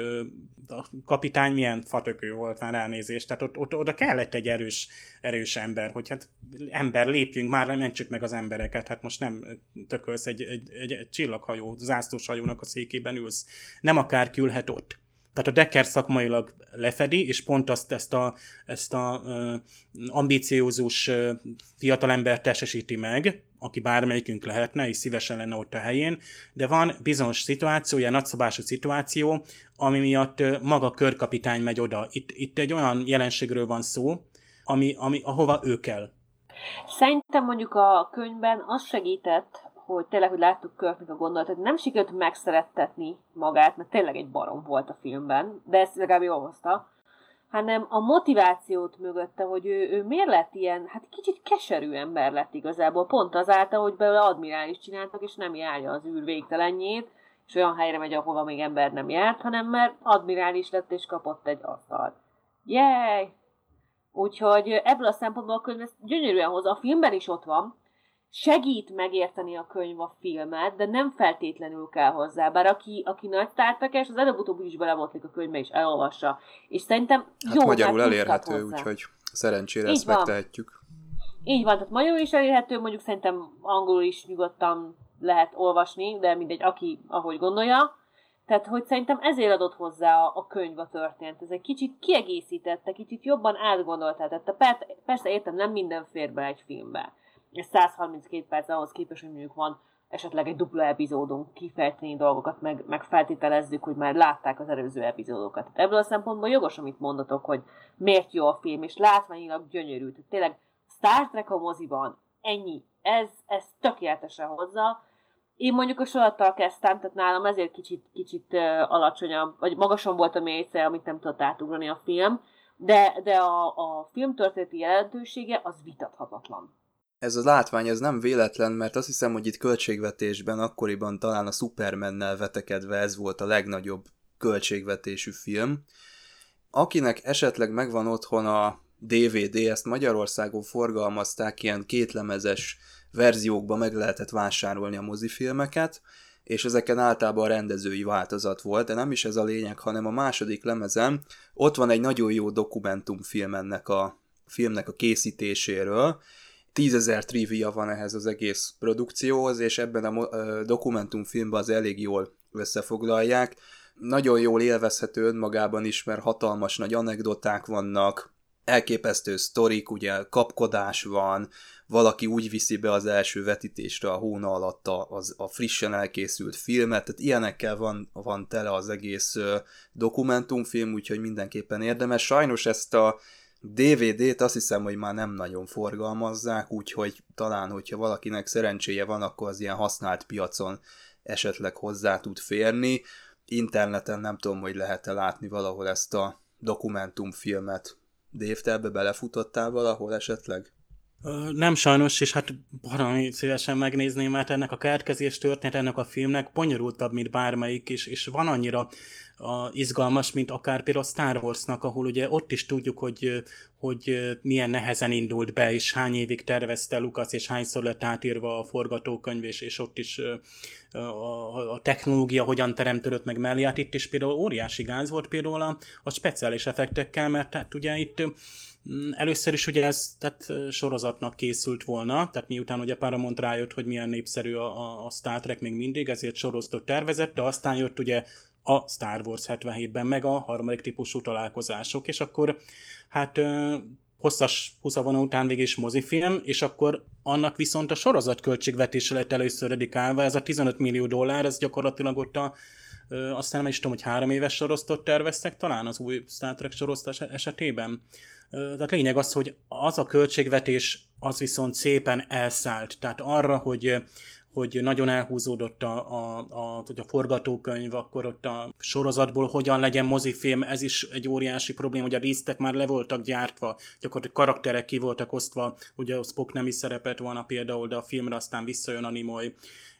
a kapitány milyen fatökő volt, már elnézést, tehát ott oda kellett egy erős ember, hogy hát ember, lépjünk már, mentsük meg az embereket, hát most nem tökölsz egy csillaghajó, zászlós hajónak a székében ülsz, nem akárki ülhet ott. Tehát a Decker szakmailag lefedi, és pont ezt a ambíciózus fiatalember testesíti meg, aki bármelyikünk lehetne, és szívesen lenne ott a helyén, de van bizonyos szituáció, ilyen nagyszabású szituáció, ami miatt maga Kirk-kapitány megy oda. Itt egy olyan jelenségről van szó, ahova ő kell. Szerintem mondjuk a könyvben az segített, hogy tényleg, hogy láttuk Kirknek a gondolatot, nem sikerült megszerettetni magát, mert tényleg egy barom volt a filmben, de ezt legalább jól hozta, hanem a motivációt mögötte, hogy ő miért lett ilyen, hát kicsit keserű ember lett igazából, pont azáltal, hogy belőle admirális csináltak, és nem járja az űr végtelenjét, és olyan helyre megy, ahova még ember nem járt, hanem mert admirális lett, és kapott egy asztalt. Yay! Úgyhogy ebből a szempontból a könyv ezt gyönyörűen hozza, a filmben is ott van, segít megérteni a könyv a filmet, de nem feltétlenül kell hozzá. Bár aki nagy Star Trek-es, az előbb-utóbb is belevotlik a könyvbe és elolvassa. És szerintem jó, magyarul elérhető, úgyhogy szerencsére így ezt van. Megtehetjük. Így van, tehát magyarul is elérhető, mondjuk szerintem angolul is nyugodtan lehet olvasni, de mindegy, aki ahogy gondolja. Tehát, hogy szerintem ezért adott hozzá a könyv a történet. Ez egy kicsit kiegészítette, kicsit jobban átgondoltáltatta. Persze értem, nem minden fér be egy filmbe. Ez 132 perc ahhoz képest, hogy mondjuk van esetleg egy dupla epizódunk, kifejteni dolgokat, meg feltételezzük, hogy már látták az előző epizódokat. Tehát ebből a szempontból jogos, amit mondatok, hogy miért jó a film, és látványilag gyönyörű. Tehát tényleg Star Trek a moziban, ennyi. Ez tökéletesen hozza. Én mondjuk a sorozattal kezdtem, tehát nálam ezért kicsit alacsonyabb, vagy magasan volt a mérce, amit nem tudott átugrani a film, de a film történeti jelentősége az vitathatatlan. Ez a látvány, ez nem véletlen, mert azt hiszem, hogy itt költségvetésben akkoriban talán a Supermannel vetekedve ez volt a legnagyobb költségvetésű film. Akinek esetleg megvan otthon a DVD, ezt Magyarországon forgalmazták, ilyen kétlemezes verziókban meg lehetett vásárolni a mozifilmeket, és ezeken általában a rendezői változat volt, de nem is ez a lényeg, hanem a második lemezen ott van egy nagyon jó dokumentumfilm ennek a filmnek a készítéséről. 10 000 trivia van ehhez az egész produkcióhoz, és ebben a dokumentumfilmben az elég jól összefoglalják. Nagyon jól élvezhető önmagában is, mert hatalmas nagy anekdoták vannak, elképesztő sztorik, ugye kapkodás van, valaki úgy viszi be az első vetítésre a hóna alatt a frissen elkészült filmet, tehát ilyenekkel van tele az egész dokumentumfilm, úgyhogy mindenképpen érdemes. Sajnos ezt a DVD-t azt hiszem, hogy már nem nagyon forgalmazzák, úgyhogy talán, hogyha valakinek szerencséje van, akkor az ilyen használt piacon esetleg hozzá tud férni. Interneten nem tudom, hogy lehet-e látni valahol ezt a dokumentumfilmet. Dave, te ebbe belefutottál valahol esetleg? Nem sajnos, és hát baromi szívesen megnézném, mert ennek a keletkezés történet, ennek a filmnek bonyolultabb, mint bármelyik, és van annyira izgalmas, mint akár például a Star Warsnak, ahol ugye ott is tudjuk, hogy milyen nehezen indult be, és hány évig tervezte Lucas, és hányszor lett átírva a forgatókönyv, és ott is a technológia hogyan teremtődött meg mellé. Hát itt is például óriási gáz volt például a speciális effektekkel, mert hát ugye itt először is ugye ez tehát sorozatnak készült volna, tehát miután ugye Paramount rájött, hogy milyen népszerű a Star Trek még mindig, ezért sorozatot tervezett, de aztán jött ugye a Star Wars 77-ben meg a harmadik típusú találkozások, és akkor hát hosszas húszavona után végig is mozifilm, és akkor annak viszont a sorozat költségvetése lett először dedikálva, ez a $15 millió, ez gyakorlatilag ott aztán nem is tudom, hogy 3 éves sorozatot terveztek talán az új Star Trek sorozat esetében. Tehát lényeg az, hogy az a költségvetés az viszont szépen elszállt. Tehát arra, hogy nagyon elhúzódott a forgatókönyv, akkor ott a sorozatból hogyan legyen mozifilm, ez is egy óriási probléma, hogy a dísztek már le voltak gyártva, gyakorlatilag karakterek ki voltak osztva, ugye a Spock nem is szerepelt volna például, de a filmre aztán visszajön a Nimoy.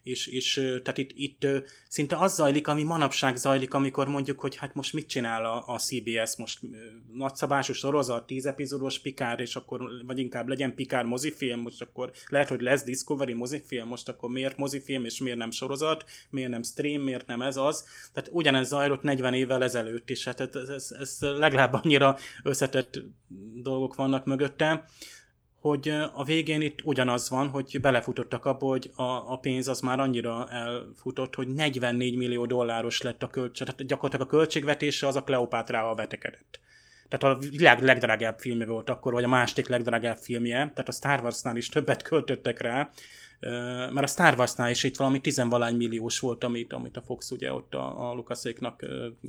És tehát itt szinte az zajlik, ami manapság zajlik, amikor mondjuk, hogy hát most mit csinál a CBS, most nagyszabású sorozat, 10 epizódos Picard, és akkor, vagy inkább legyen Picard mozifilm, most akkor lehet, hogy lesz Discovery mozifilm, most akkor miért mozifilm, és miért nem sorozat, miért nem stream, miért nem ez az. Tehát ugyanez zajlott 40 évvel ezelőtt is, hát ez legalább annyira összetett dolgok vannak mögötte, hogy a végén itt ugyanaz van, hogy belefutottak abba, hogy a pénz az már annyira elfutott, hogy $44 millió lett a költség. Tehát gyakorlatilag a költségvetése az a Kleopátrával vetekedett. Tehát a világ legdrágább filmje volt akkor, vagy a második legdrágább filmje, tehát a Star Warsnál is többet költöttek rá, mert a Star Warsnál is itt valami 10-valány milliós volt, amit a Fox ugye ott a Lucaséknak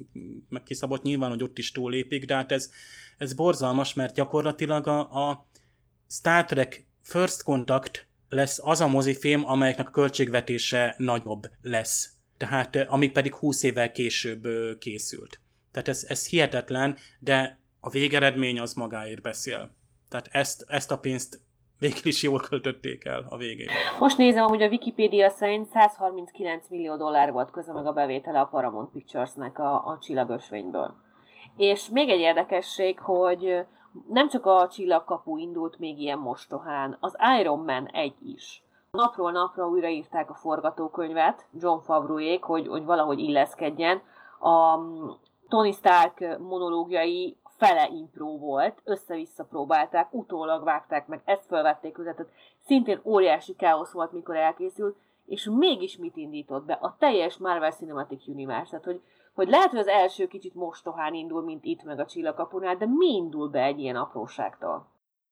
meg kiszabott. Nyilván, hogy ott is túllépik, de hát ez borzalmas, mert gyakorlatilag a Star Trek First Contact lesz az a mozifilm, amelyeknek a költségvetése nagyobb lesz. Tehát amíg pedig 20 évvel később készült. Tehát ez hihetetlen, de a végeredmény az magáért beszél. Tehát ezt a pénzt végül is jól költötték el a végén. Most nézem, hogy a Wikipédia szerint $139 millió volt közben meg a bevétele a Paramount Picturesnek a Csillagösvényből. És még egy érdekesség, hogy nem csak a Csillagkapu indult még ilyen mostohán, az Iron Man 1 is. Napról napra újraírták a forgatókönyvet, Jon Favreauék, hogy valahogy illeszkedjen. A Tony Stark monológiai fele impró volt, össze-vissza próbálták, utólag vágták meg, ezt felvették között, tehát szintén óriási káosz volt, mikor elkészült, és mégis mit indított be? A teljes Marvel Cinematic Universe, tehát hogy lehet, hogy az első kicsit mostohán indul, mint itt meg a Csillagkapunál, de mi indul be egy ilyen apróságtól?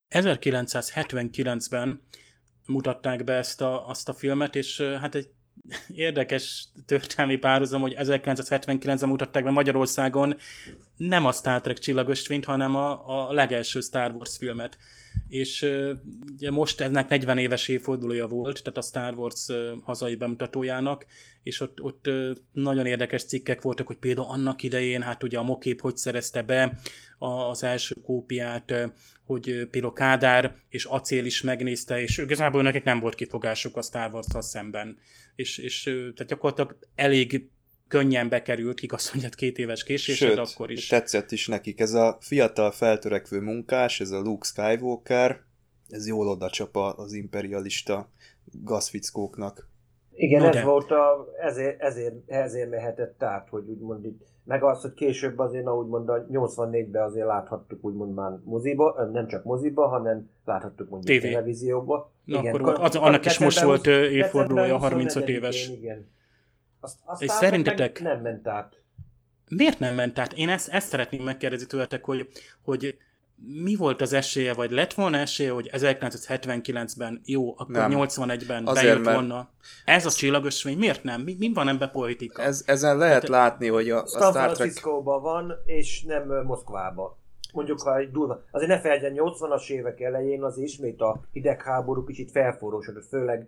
1979-ben mutatták be azt a filmet, és hát egy érdekes történelmi párhuzam, hogy 1979-ben mutatták be Magyarországon nem a Star Trek Csillagösvényt, hanem a legelső Star Wars filmet. És ugye most ennek 40 éves évfordulója volt, tehát a Star Wars hazai bemutatójának, és ott nagyon érdekes cikkek voltak, hogy például annak idején, hát ugye a Mokép hogy szerezte be az első kópiát, hogy például Kádár és Acél is megnézte, és igazából nekik nem volt kifogásuk a Star Wars-tal szemben. És tehát gyakorlatilag elég könnyen bekerült, igaz, hogy 2 éves késésed, akkor is. Tetszett is nekik. Ez a fiatal feltörekvő munkás, ez a Luke Skywalker, ez jól odacsap az imperialista gazfickóknak. Igen, ez volt ezért mehetett át, hogy úgymond itt, meg az, hogy később azért, úgymond a 84-ben azért láthattuk úgymond már moziba, nem csak moziba, hanem láthattuk mondjuk televízióba. Na, igen, akkor annak is most volt évfordulója, 35 éves. Igen. És szerintetek nem ment át. Miért nem ment át? Én ezt szeretném megkérdezni tőletek, hogy mi volt az esélye, vagy lett volna esélye, hogy 1979-ben, jó, akkor nem. 81-ben bejött volna. Ez a Csillagösvény, miért nem? Mi van ebben politika? Ezen lehet látni, hogy a San Franciscóban van, és nem Moszkvában. mondjuk ha egy durva, azért ne felejtjen, 80-as évek elején az ismét a hidegháború kicsit felforrósodott,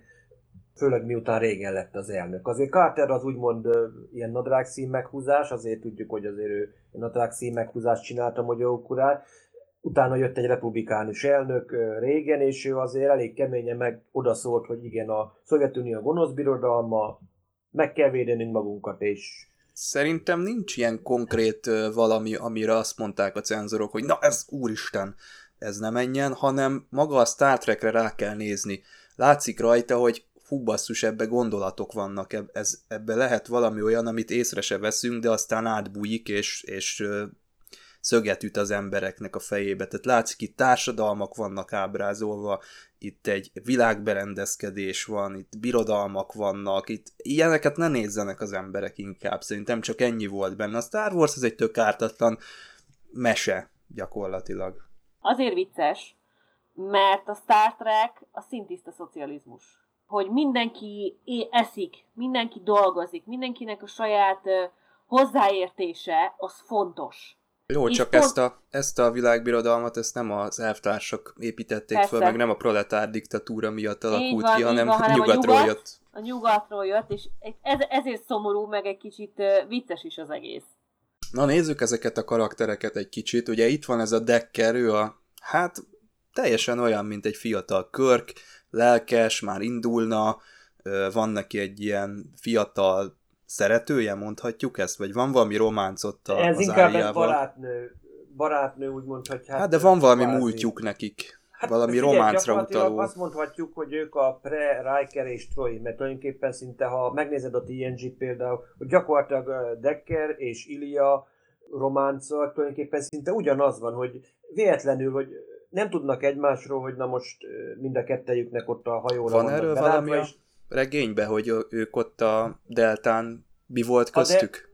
főleg miután régen lett az elnök. Azért Carter az úgymond ilyen nadrágszín meghúzás, azért tudjuk, hogy azért ő nadrágszín meghúzást csinálta magyarok urán. Utána jött egy republikánus elnök régen, és ő azért elég keményen meg odaszólt, hogy igen, a Szovjetunió gonosz birodalma, meg kell védenünk magunkat, és... Szerintem nincs ilyen konkrét valami, amire azt mondták a cenzorok, hogy na ez úristen, ez ne menjen, hanem maga a Star Trekre rá kell nézni. Látszik rajta, hogy fú basszus, ebbe gondolatok vannak, ebbe lehet valami olyan, amit észre se veszünk, de aztán átbújik, és szöget üt az embereknek a fejébe. Tehát látszik, itt társadalmak vannak ábrázolva, itt egy világberendezkedés van, itt birodalmak vannak, itt ilyeneket ne nézzenek az emberek inkább. Szerintem csak ennyi volt benne. A Star Wars az egy tök ártatlan mese gyakorlatilag. Azért vicces, mert a Star Trek a szintiszta szocializmus. Hogy mindenki eszik, mindenki dolgozik, mindenkinek a saját hozzáértése, az fontos. Jó, csak ezt a világbirodalmat, ezt nem az elvtársak építették Persze. föl, meg nem a proletár diktatúra miatt alakult van, ki, hanem hanem nyugatról jött. A nyugatról jött, és ezért szomorú, meg egy kicsit vicces is az egész. Na nézzük ezeket a karaktereket egy kicsit. Ugye itt van ez a Decker, ő teljesen olyan, mint egy fiatal Kirk, lelkes, már indulna, van neki egy ilyen fiatal szeretője, mondhatjuk ezt? Vagy van valami románc ott az Ez inkább egy barátnő úgy mondhatjuk. Hát de van valami múltjuk nekik. Valami románcra utaló. Azt mondhatjuk, hogy ők a Riker és Troy, mert tulajdonképpen szinte, ha megnézed a TNG-t például, hogy gyakorlatilag Decker és Ilia románca tulajdonképpen szinte ugyanaz van, hogy véletlenül, hogy nem tudnak egymásról, hogy na most mind a kettejüknek ott a hajóra van erről valami a regényben, hogy ők ott a Deltán mi volt köztük?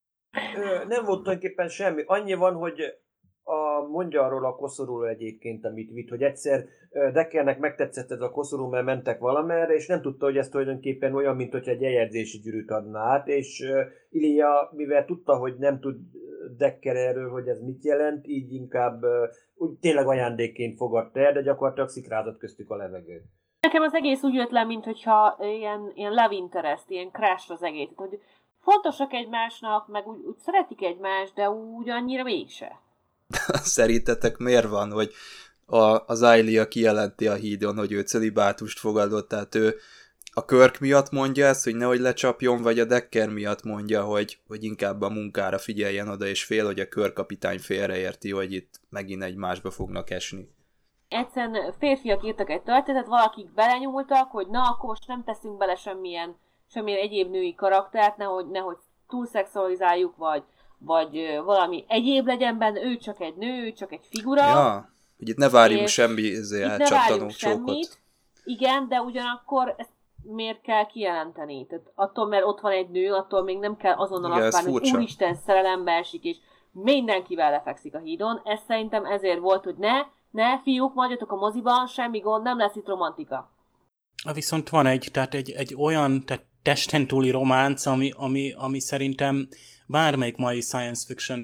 Nem volt tulajdonképpen semmi. Annyi van, hogy mondja arról a koszorúról egyébként, amit vitt, hogy egyszer Deckernek megtetszett ez a koszorú, mert mentek valamerre, és nem tudta, hogy ez tulajdonképpen olyan, mint hogyha egy eljegyzési gyűrűt adná át, és Ilia, mivel tudta, hogy nem tud Decker erről, hogy ez mit jelent, így inkább úgy tényleg ajándékként fogadta el, de gyakorlatilag szikrázott köztük a levegő. Nekem az egész úgy jött le, mintha ilyen love interest, ilyen crush az egész, hogy fontosak egymásnak, meg úgy szeretik egymást, de úgy annyira mégse. Szerintetek miért van, hogy az Ilia kijelenti a hídon, hogy ő celibátust fogadott, tehát ő a Kirk miatt mondja ezt, hogy nehogy lecsapjon, vagy a Decker miatt mondja, hogy inkább a munkára figyeljen oda, és fél, hogy a Kirk kapitány félreérti, hogy itt megint egymásba fognak esni. Egyszerűen férfiak írtak egy történetet, valakik belenyúltak, hogy na, akkor most nem teszünk bele semmilyen egyéb női karaktert, nehogy túlszexualizáljuk, vagy valami egyéb legyen benne, ő csak egy nő, ő csak egy figura. Ja, hogy itt ne várjunk semmi elcsattanó csókot. Igen, de ugyanakkor ezt miért kell kijelenteni? Tehát attól, mert ott van egy nő, attól még nem kell azonnal azt várni, hogy úristen szerelembe esik, és mindenkivel lefekszik a hídon. Ez szerintem ezért volt, hogy ne fiúk, maradjatok a moziban, semmi gond, nem lesz itt romantika. Viszont van egy olyan testen túli románc, ami szerintem bármelyik mai science fiction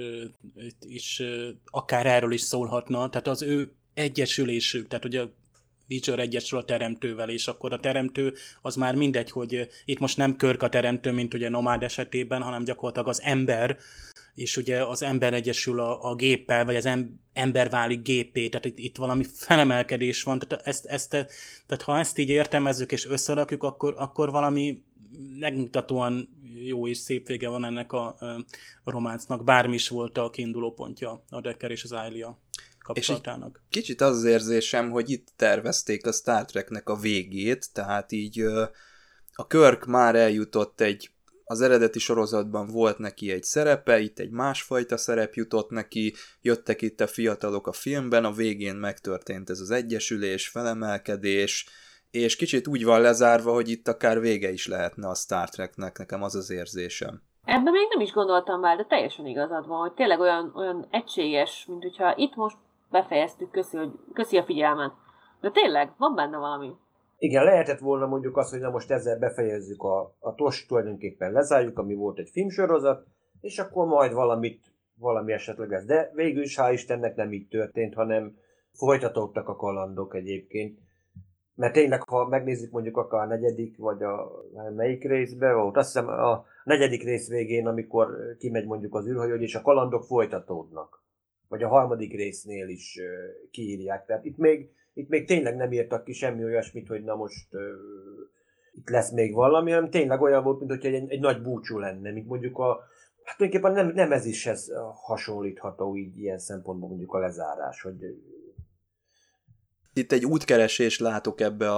is akár erről is szólhatna, tehát az ő egyesülésük, tehát ugye a Witcher egyesül a teremtővel, és akkor a teremtő az már mindegy, hogy itt most nem Kirk a teremtő, mint ugye Nomád esetében, hanem gyakorlatilag az ember, és ugye az ember egyesül a géppel, vagy az ember válik géppé, tehát itt valami felemelkedés van, tehát ha ezt így értelmezzük és összerakjuk, akkor valami megmutatóan jó és szép vége van ennek a románcnak, bármi is volt a kiinduló pontja a Decker és az Ilia kapcsolatának. És kicsit az érzésem, hogy itt tervezték a Star Treknek a végét, tehát így a Kirk már eljutott az eredeti sorozatban volt neki egy szerepe, itt egy másfajta szerep jutott neki, jöttek itt a fiatalok a filmben, a végén megtörtént ez az egyesülés, felemelkedés, és kicsit úgy van lezárva, hogy itt akár vége is lehetne a Star Treknek, nekem az az érzésem. Ebben még nem is gondoltam már, de teljesen igazad van, hogy tényleg olyan egységes, mint hogyha itt most befejeztük, köszi a figyelmet. De tényleg, van benne valami. Igen, lehetett volna mondjuk azt, hogy na most ezzel befejezzük a TOS tulajdonképpen lezárjuk, ami volt egy filmsorozat, és akkor majd valamit valami esetleg ez. De végül is hál' Istennek nem így történt, hanem folytatódtak a kalandok egyébként. Mert tényleg, ha megnézzük mondjuk akár a negyedik, vagy a melyik részbe volt, azt hiszem a negyedik rész végén, amikor kimegy mondjuk az űrhajó, és a kalandok folytatódnak. Vagy a harmadik résznél is kiírják. Tehát itt még tényleg nem írtak ki semmi olyasmit, hogy na most itt lesz még valami, hanem tényleg olyan volt, mint hogy egy nagy búcsú lenne, mint mondjuk hát tulajdonképpen nem ez is hasonlítható így ilyen szempontból mondjuk a lezárás, hogy... Itt egy útkeresés látok ebbe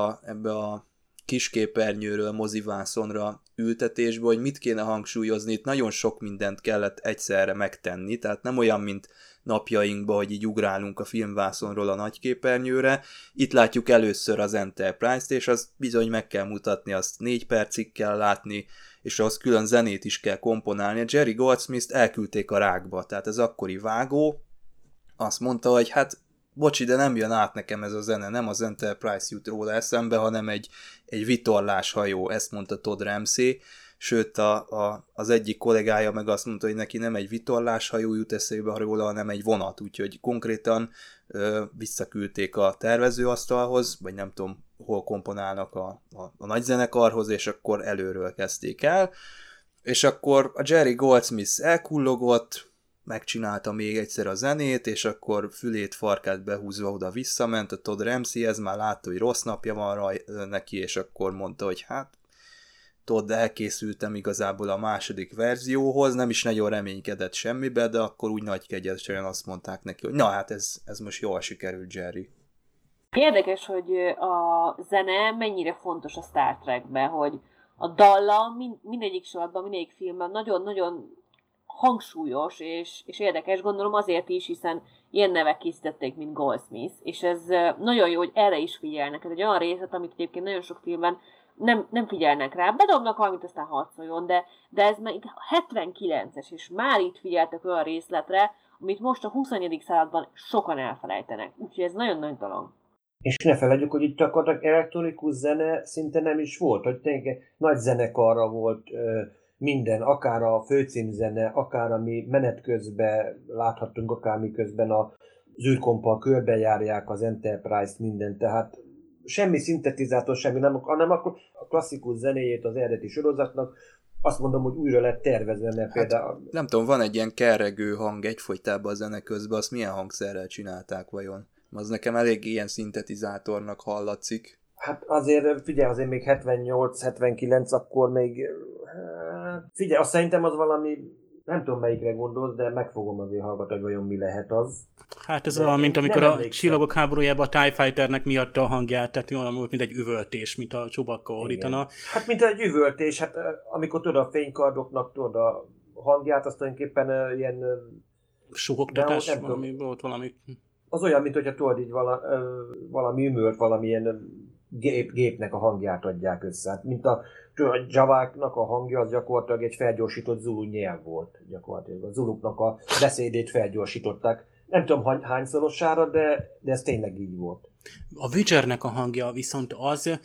a kisképernyőről mozivászonra ültetésbe, hogy mit kéne hangsúlyozni. Itt nagyon sok mindent kellett egyszerre megtenni, tehát nem olyan, mint napjainkban, hogy így ugrálunk a filmvászonról a nagyképernyőre. Itt látjuk először az Enterprise-t, és azt bizony meg kell mutatni, azt 4 percig kell látni, és ahhoz külön zenét is kell komponálni. A Jerry Goldsmith-t elküldték a rákba, tehát az akkori vágó azt mondta, hogy hát bocsi, de nem jön át nekem ez a zene, nem az Enterprise jut róla eszembe, hanem egy vitorláshajó, ezt mondta Todd Ramsey, sőt az egyik kollégája meg azt mondta, hogy neki nem egy vitorláshajó jut eszébe róla, hanem egy vonat, úgyhogy konkrétan visszaküldték a tervezőasztalhoz, vagy nem tudom, hol komponálnak a nagyzenekarhoz, és akkor előről kezdték el, és akkor a Jerry Goldsmith elkullogott, megcsinálta még egyszer a zenét, és akkor fülét, farkát behúzva oda visszament, a Todd Ramseyhez már látta, hogy rossz napja van neki, és akkor mondta, hogy hát Todd, elkészültem igazából a második verzióhoz, nem is nagyon reménykedett semmibe, de akkor úgy nagy kegyesen azt mondták neki, hogy na hát ez most jól sikerült, Jerry. Érdekes, hogy a zene mennyire fontos a Star Trekben, hogy a dallam mindegyik sorozatban, mindegyik filmben nagyon-nagyon hangsúlyos, és érdekes, gondolom azért is, hiszen ilyen nevek készítették, mint Goldsmith, és ez nagyon jó, hogy erre is figyelnek. Ez egy olyan részlet, amit egyébként nagyon sok filmben nem figyelnek rá. Bedobnak valamit, aztán harcoljon, de ez meg 79-es, és már itt figyeltek olyan részletre, amit most a 21. században sokan elfelejtenek. Úgyhogy ez nagyon nagy dolog. És ne feledjük, hogy itt gyakorlatilag elektronikus zene szinte nem is volt, hogy tényleg nagy zenekarra volt minden, akár a főcímzene, akár ami menet közben láthattunk, akár miközben az űrkompal körbejárják az Enterprise-t, minden, tehát semmi szintetizátor, semmi, hanem akkor a klasszikus zenéjét az eredeti sorozatnak, azt mondom, hogy újra lett tervezve, mert például... Nem tudom, van egy ilyen kerregő hang egyfolytában a zene közben, azt milyen hangszerrel csinálták vajon? Az nekem elég ilyen szintetizátornak hallatszik. Hát azért, figyelj, azért még 78-79, akkor még... Figyelj, azt szerintem az valami... Nem tudom, melyikre gondolsz, de meg fogom azért hallgatni, hogy vajon mi lehet az. Hát ez olyan, mint amikor a Csillagok háborújában a TIE Fighternek miatta a hangját, tehát olyan volt, mint egy üvöltés, mint a Chewbacca ordítana. Hát mint egy üvöltés, hát amikor tudod a fénykardoknak tudod a hangját, azt tulajdonképpen ilyen... Sugogtatás, valami volt valami... Az olyan, mint hogyha tudod így valami ümört, valamilyen gépnek a hangját adják össze. Hát, mint a Javáknak a hangja, az gyakorlatilag egy felgyorsított zulu nyelv volt. Gyakorlatilag a zuluknak a beszédét felgyorsították. Nem tudom hányszorosára, de ez tényleg így volt. A Witchernek a hangja viszont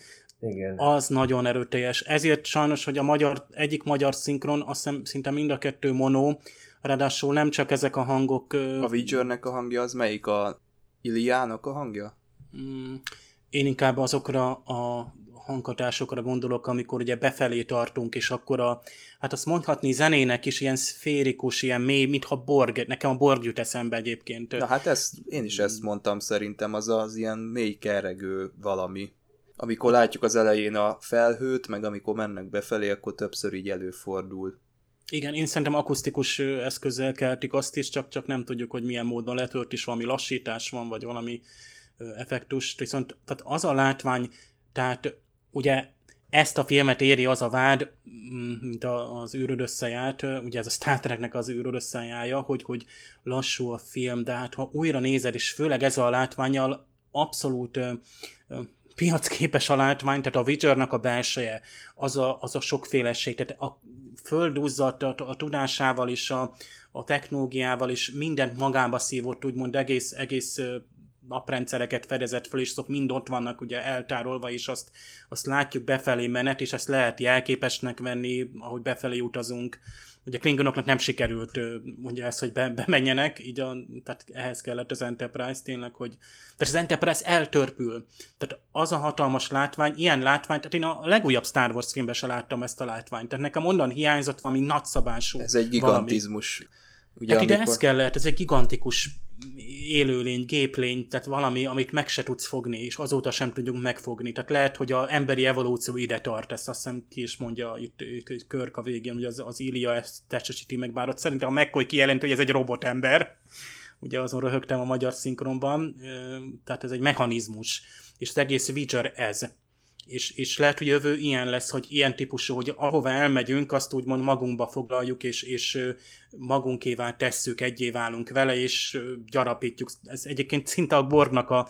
az nagyon erőteljes. Ezért sajnos, hogy egyik magyar szinkron, azt hiszem szinte mind a kettő mono, ráadásul nem csak ezek a hangok... A Witchernek a hangja az melyik? A Iliának a hangja? Én inkább azokra a hanghatásokra gondolok, amikor ugye befelé tartunk, és akkor hát azt mondhatni zenének is ilyen szférikus, ilyen mély, mintha Borg, nekem a Borg jut eszembe egyébként. Na hát én is ezt mondtam, szerintem az ilyen mély kerregő valami. Amikor látjuk az elején a felhőt, meg amikor mennek befelé, akkor többször így előfordul. Igen, én szerintem akusztikus eszközzel keltik azt is, csak nem tudjuk, hogy milyen módon lehet, hogy is valami lassítás van, vagy valami effektus. Viszont tehát az a látvány, tehát ugye ezt a filmet éri az a vád, mint az űröd összejárt, ugye ez a Star Treknek az űröd összejája, hogy lassú a film, de hát ha újra nézed, és főleg ez a látvánnyal abszolút piacképes a látvány, tehát a Witchernek a belseje, az a sokféleség, tehát a földúzzat a tudásával is, a technológiával is mindent magába szívott, úgymond egész naprendszereket fedezett föl, és azok mind ott vannak ugye eltárolva, és azt látjuk befelé menet, és ezt lehet jelképesnek venni, ahogy befelé utazunk. Ugye Klingonoknak nem sikerült ugye ezt, hogy bemenjenek, így tehát ehhez kellett az Enterprise tényleg, hogy... Tehát az Enterprise eltörpül. Tehát az a hatalmas látvány, ilyen látvány, tehát én a legújabb Star Wars filmben se láttam ezt a látványt. Tehát nekem onnan hiányzott valami nagyszabású. Ez egy gigantizmus. Ugye, tehát ide ez kellett, ez egy gigantikus élőlény, géplény, tehát valami, amit meg se tudsz fogni, és azóta sem tudjuk megfogni. Tehát lehet, hogy az emberi evolúció ide tart, ezt azt hiszem ki is mondja itt Kirk a végén, hogy az Ilia ezt testesíti meg, bár ott szerintem a McCoy kijelenti, hogy ez egy robotember. Ugye azon röhögtem a magyar szinkronban, tehát ez egy mechanizmus, és az egész Voyager ez. És lehet, hogy jövő ilyen lesz, hogy ilyen típusú, hogy ahova elmegyünk, azt úgymond magunkba foglaljuk, és magunkévá tesszük, egyé válunk vele, és gyarapítjuk. Ez egyébként szinte a Borgnak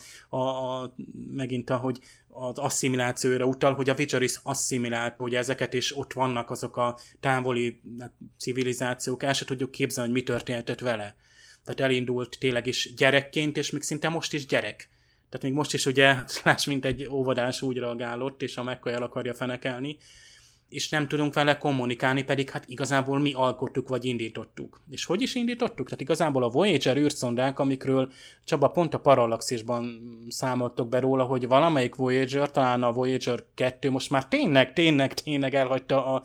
megint ahogy az asszimilációra utal, hogy a Voyager is asszimilált, hogy ezeket, és ott vannak azok a távoli civilizációk, el se tudjuk képzelni, hogy mi történhetett vele. Tehát elindult tényleg is gyerekként, és még szinte most is gyerek. Tehát még most is ugye, láss, mint egy óvodás úgy reagálott, és a McCoy el akarja fenekelni, és nem tudunk vele kommunikálni, pedig hát igazából mi alkottuk, vagy indítottuk. És hogy is indítottuk? Tehát igazából a Voyager űrszondák, amikről Csaba pont a Parallaxisban számoltok be róla, hogy valamelyik Voyager, talán a Voyager 2 most már tényleg elhagyta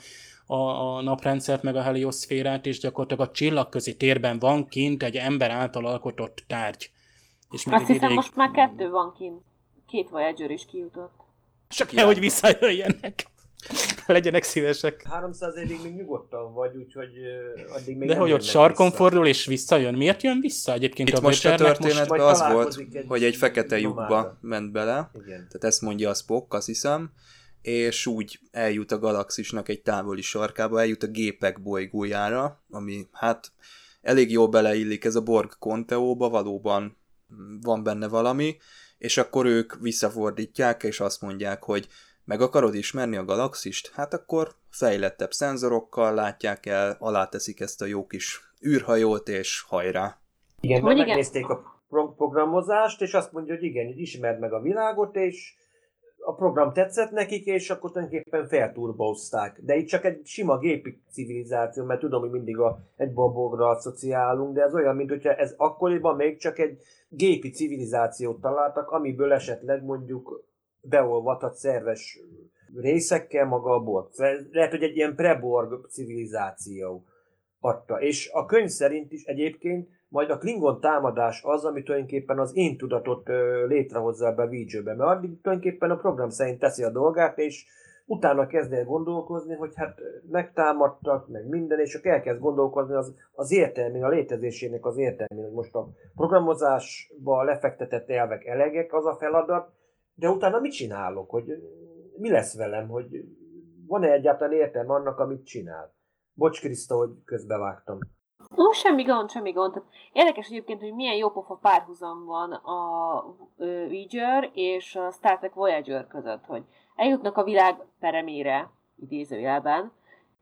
a naprendszert, meg a helioszférát, és gyakorlatilag a csillagközi térben van kint egy ember által alkotott tárgy. És azt hiszem, most már 2 van kint. 2 Voyager is kijutott. Csak kell, hogy visszajöjjenek. Legyenek szívesek. 300 évig még nyugodtan vagy, úgyhogy addig még de hogy ott sarkon fordul és visszajön. Miért jön vissza egyébként? Itt a most a történetben az volt, egy hogy egy fekete lyukba ment bele. Igen. Tehát ezt mondja a Spock, azt hiszem. És úgy eljut a galaxisnak egy távoli sarkába, eljut a gépek bolygójára, ami hát elég jól beleillik ez a Borg Konteóba, valóban van benne valami, és akkor ők visszafordítják, és azt mondják, hogy meg akarod ismerni a galaxist? Hát akkor fejlettebb szenzorokkal látják el, aláteszik ezt a jó kis űrhajót, és hajrá. Igen, mert megnézték a programozást, és azt mondja, hogy igen, ismerd meg a világot, és a program tetszett nekik, és akkor tulajdonképpen felturbozták. De itt csak egy sima gépi civilizáció, mert tudom, hogy mindig egy Borgra asszociálunk, de ez olyan, mint hogyha ez akkoriban még csak egy gépi civilizációt találtak, amiből esetleg mondjuk beolvadhat szerves részekkel maga a Borg. Lehet, hogy egy ilyen pre-Borg civilizáció adta. És a könyv szerint is egyébként majd a Klingon támadás az, ami tulajdonképpen az én tudatot létrehozza be a Voyagerbe, mert addig tulajdonképpen a program szerint teszi a dolgát, és utána kezd el gondolkozni, hogy hát megtámadtak, meg minden, és akkor elkezd gondolkozni az értelmén, a létezésének az értelmén, hogy most a programozásba lefektetett elvek elegek, az a feladat, de utána mit csinálok, hogy mi lesz velem, hogy van-e egyáltalán értelme annak, amit csinál? Bocs, Kriszta, hogy közbevágtam. Semmi gond. Tehát érdekes egyébként, hogy milyen jópofa párhuzam van a Voyager és a Star Trek Voyager között, hogy eljutnak a világ peremére, idézőjelben,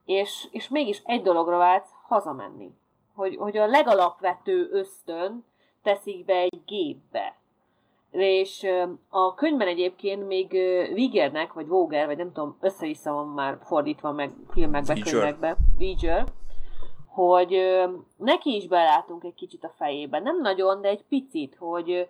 és mégis egy dologra vált hazamenni. Hogy a legalapvető ösztön teszik be egy gépbe. És a könyvben egyébként még Vigernek, vagy Voger, vagy nem tudom, össze-vissza van már fordítva meg filmekbe, könyvekbe, Voyager, hogy neki is belátunk egy kicsit a fejébe. Nem nagyon, de egy picit, hogy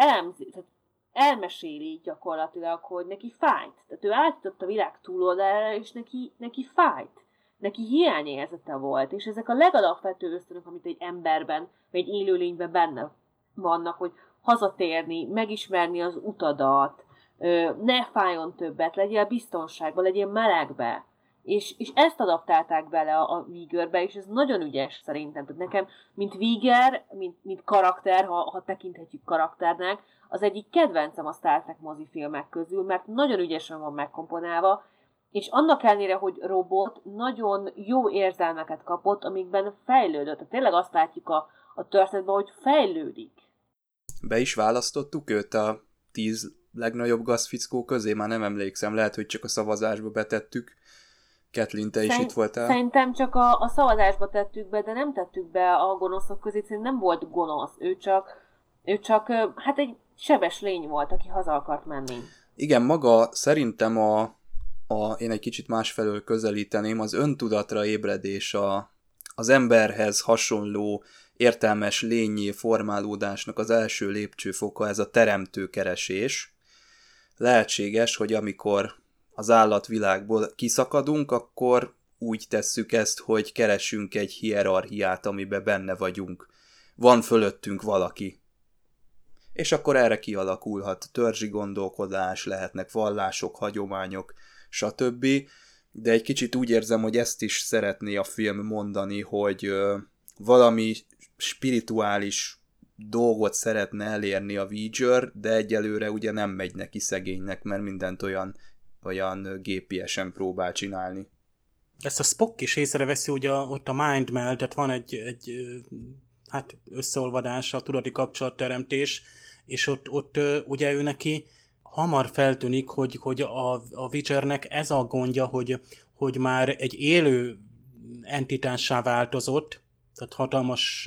elmeséli gyakorlatilag, hogy neki fájt. Tehát ő átjutott a világ túloldalára, és neki fájt. Neki hiányérzete volt. És ezek a legalapvető ösztönök, amit egy emberben, vagy egy élőlényben benne vannak, hogy hazatérni, megismerni az utadat, ne fájjon többet, legyél biztonságban, legyél melegbe. És ezt adaptálták bele a Voyagerbe, és ez nagyon ügyes szerintem. Tehát nekem, mint Voyager, mint karakter, ha tekinthetjük karakternek, az egyik kedvencem a Star Trek mozifilmek közül, mert nagyon ügyesen van megkomponálva, és annak ellenére, hogy robot, nagyon jó érzelmeket kapott, amikben fejlődött. Tehát tényleg azt látjuk a történetben, hogy fejlődik. Be is választottuk őt a 10 legnagyobb gazfickó közé? Már nem emlékszem, lehet, hogy csak a szavazásba betettük. Kathleen, te is itt voltál? Szerintem csak a szavazásba tettük be, de nem tettük be a gonoszok közé, szerintem nem volt gonosz. Ő csak hát egy sebes lény volt, aki haza akart menni. Igen, maga szerintem én egy kicsit másfelől közelíteném, az öntudatra ébredés az emberhez hasonló értelmes lényé formálódásnak az első lépcsőfoka, ez a teremtőkeresés. Lehetséges, hogy amikor az állatvilágból kiszakadunk, akkor úgy tesszük ezt, hogy keresünk egy hierarchiát, amiben benne vagyunk. Van fölöttünk valaki. És akkor erre kialakulhat törzsi gondolkodás, lehetnek vallások, hagyományok, stb. De egy kicsit úgy érzem, hogy ezt is szeretné a film mondani, hogy valami spirituális dolgot szeretne elérni a Voyager, de egyelőre ugye nem megy neki szegénynek, mert mindent olyan gépiesen próbál csinálni. Ezt a Spock is észreveszi, ugye ott a Mind Meld, tehát van egy összeolvadás, a tudati kapcsolatteremtés, és ott ugye ő neki hamar feltűnik, hogy a Voyagernek ez a gondja, hogy már egy élő entitássá változott, tehát hatalmas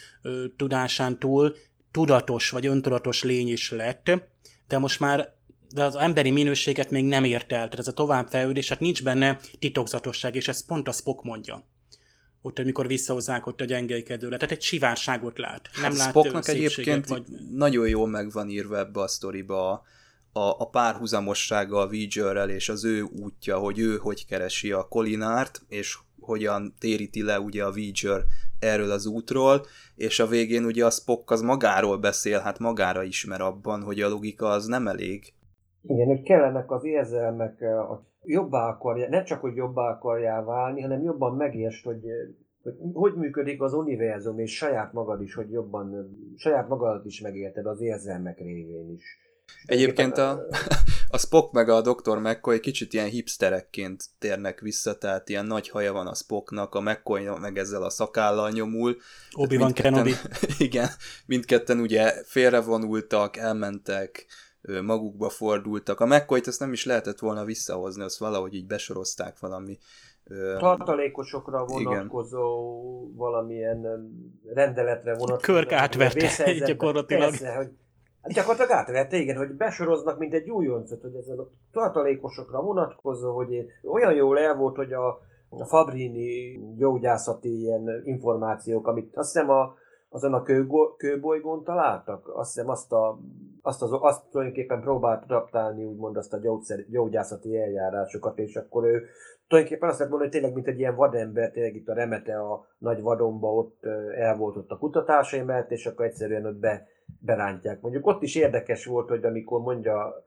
tudásán túl tudatos vagy öntudatos lény is lett, de most már az emberi minőséget még nem ért el, tehát ez a továbbfejlődés, hát nincs benne titokzatosság, és ezt pont a Spock mondja. Ott, amikor visszahozzák ott a gyengékedőre. Tehát egy sivárságot lát. Nem lát Spocknak egyébként nagyon jól meg van írva ebbe a sztoriba a párhuzamossága a Voyagerrel, és az ő útja, hogy ő hogy keresi a Kolinárt, és hogyan téríti le ugye a Voyager erről az útról, és a végén ugye a Spock az magáról beszél, hát magára ismer abban, hogy a logika az nem elég. Igen, hogy kellenek az érzelmek, jobbá akarja, nem csak, hogy jobbá akarjál válni, hanem jobban megértsd, hogy működik az univerzum, és saját magad is, hogy jobban, saját magadat is megérted az érzelmek révén is. Egyébként a Spock meg a Dr. McCoy kicsit ilyen hipsterekként térnek vissza, tehát ilyen nagy haja van a Spocknak, a McCoy meg ezzel a szakállal nyomul. Obi-Wan Kenobi. Igen, mindketten ugye félrevonultak, elmentek, magukba fordultak. A McCoyt ezt nem is lehetett volna visszahozni, azt valahogy így besorozták valami. Tartalékosokra vonatkozó valamilyen rendeletre vonatkozó. Kirk átvette gyakorlatilag. Persze, hogy gyakorlatilag átvette, igen, hogy besoroznak, mint egy újoncot, hogy ez a tartalékosokra vonatkozó, hogy olyan jól el volt, hogy a Fabrini gyógyászati ilyen információk, amit azt hiszem azon a kőbolygón találtak, azt hiszem azt tulajdonképpen próbált adaptálni, úgymond azt a gyógyászati eljárásokat, és akkor ő tulajdonképpen azt lehet mondani, hogy tényleg, mint egy ilyen vadember, tényleg itt a remete a nagy vadonba ott el volt ott a kutatásai mellett, és akkor egyszerűen ott berántják. Mondjuk ott is érdekes volt, hogy amikor mondja,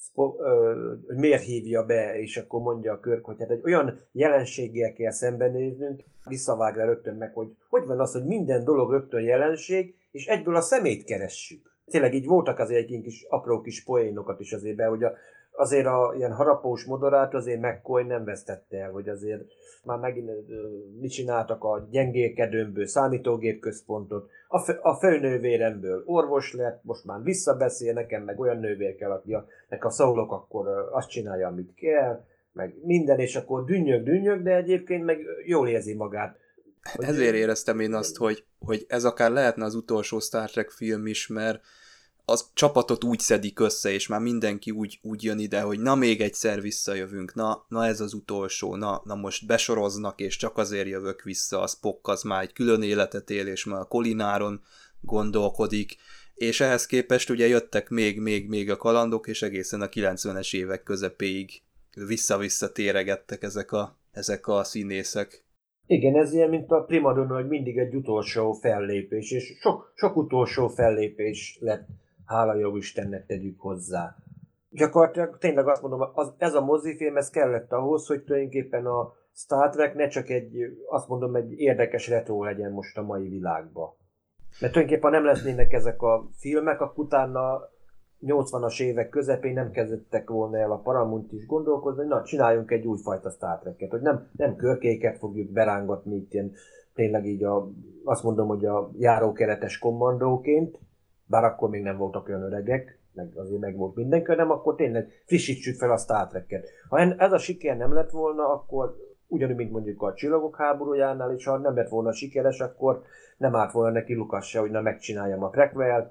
hogy miért hívja be, és akkor mondja a Kirk, hogy hát egy olyan jelenséggel kell szembenéznünk, visszavág le rögtön meg, hogy van az, hogy minden dolog rögtön jelenség, és egyből a szemét keressük. Tényleg így voltak azért egy kis apró kis poénokat is azért be, hogy azért ilyen harapós modorát azért McCoy nem vesztette el, hogy azért már megint mit csináltak a gyengélkedőmből, számítógépközpontot, a főnővéremből orvos lett, most már visszabeszél, nekem meg olyan nővér kell, akinek a szólok, akkor azt csinálja, amit kell, meg minden, és akkor dünnyög, de egyébként meg jól érzi magát. Ezért éreztem én azt, hogy ez akár lehetne az utolsó Star Trek film is, mert az csapatot úgy szedik össze, és már mindenki úgy jön ide, hogy na még egyszer visszajövünk, na ez az utolsó, na most besoroznak, és csak azért jövök vissza, a Spock az már egy külön életet él, és már a Kolináron gondolkodik, és ehhez képest ugye jöttek még a kalandok, és egészen a 90-es évek közepéig vissza-vissza téregettek ezek a színészek. Igen, ez ilyen, mint a primadonna, hogy mindig egy utolsó fellépés, és sok utolsó fellépés lett, hála jó Istennek tegyük hozzá. Gyakorlatilag tényleg azt mondom, ez a mozifilm, ez kellett ahhoz, hogy tulajdonképpen a Star Trek ne csak egy érdekes retro legyen most a mai világban. Mert tulajdonképpen nem lesznének ezek a filmek, akkor utána 80-as évek közepén nem kezdettek volna el a Paramount is gondolkozni, hogy na, csináljunk egy újfajta Star Trek-et, hogy nem körkéket fogjuk berángatni itt ilyen, tényleg így azt mondom, hogy a járókeretes kommandóként, bár akkor még nem voltak olyan öregek, meg azért meg volt mindenki, hanem akkor tényleg frissítsük fel a Star Trek-et. Ha ez a siker nem lett volna, akkor ugyanúgy, mint mondjuk a Csillagok háborújánál, és ha nem lett volna sikeres, akkor nem állt volna neki Lucas se, hogy na megcsináljam a prequelt,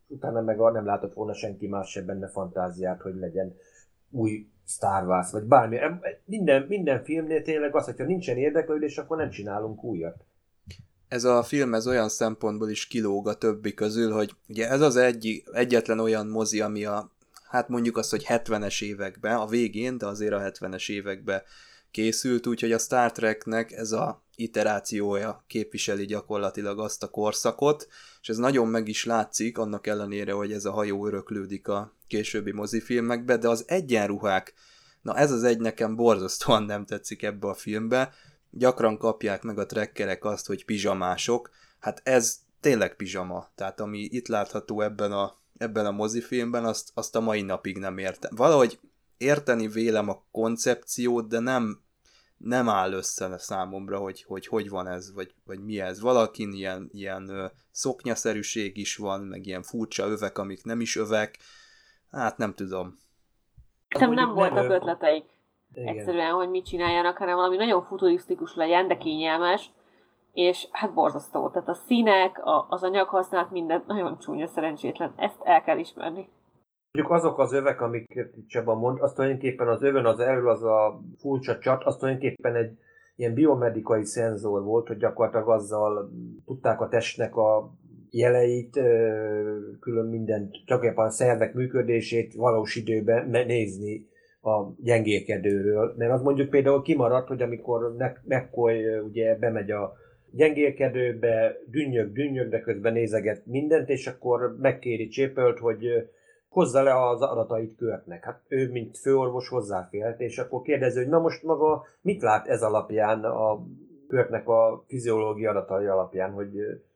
utána meg nem látott volna senki más se benne fantáziát, hogy legyen új Star Wars, vagy bármi. Minden filmnél tényleg az, hogyha nincsen érdeklődés, akkor nem csinálunk újat. Ez a film olyan szempontból is kilóg a többi közül, hogy ugye ez az egyetlen olyan mozi, ami hát mondjuk azt, hogy 70-es években, a végén, de azért a 70-es években készült, úgyhogy a Star Treknek ez a iterációja képviseli gyakorlatilag azt a korszakot, és ez nagyon meg is látszik, annak ellenére, hogy ez a hajó öröklődik a későbbi mozifilmekbe, de az egyenruhák, na ez az egy nekem borzasztóan nem tetszik ebbe a filmbe, gyakran kapják meg a trekkerek azt, hogy pizsamások, hát ez tényleg pizsama, tehát ami itt látható ebben a mozifilmben, azt a mai napig nem értem. Valahogy érteni vélem a koncepciót, de nem áll össze számomra, hogy van ez, vagy mi ez. Valakin ilyen szoknyaszerűség is van, meg ilyen furcsa övek, amik nem is övek. Hát nem tudom. Nem voltak ötleteik. Igen. Egyszerűen, hogy mit csináljanak, hanem valami nagyon futurisztikus legyen, de kényelmes, és hát borzasztó. Tehát a színek, az anyaghasználat, minden nagyon csúnya, szerencsétlen. Ezt el kell ismerni. Mondjuk azok az övek, amiket Csaba mond, az tulajdonképpen az övön az elől az a furcsa csat, az tulajdonképpen egy ilyen biomedikai szenzor volt, hogy gyakorlatilag azzal tudták a testnek a jeleit, külön mindent, gyakorlatilag a szervek működését valós időben nézni a gyengélkedőről. Mert az mondjuk például kimaradt, hogy amikor McCoy ugye bemegy a gyengélkedőbe, dünnyög, de közben nézeget mindent, és akkor megkéri Chapelt, hogy hozza le az adatait Kirknek. Hát ő, mint főorvos hozzáférhet, és akkor kérdezi, hogy na most maga mit lát ez alapján, a Kirknek a fiziológia adatai alapján, hogy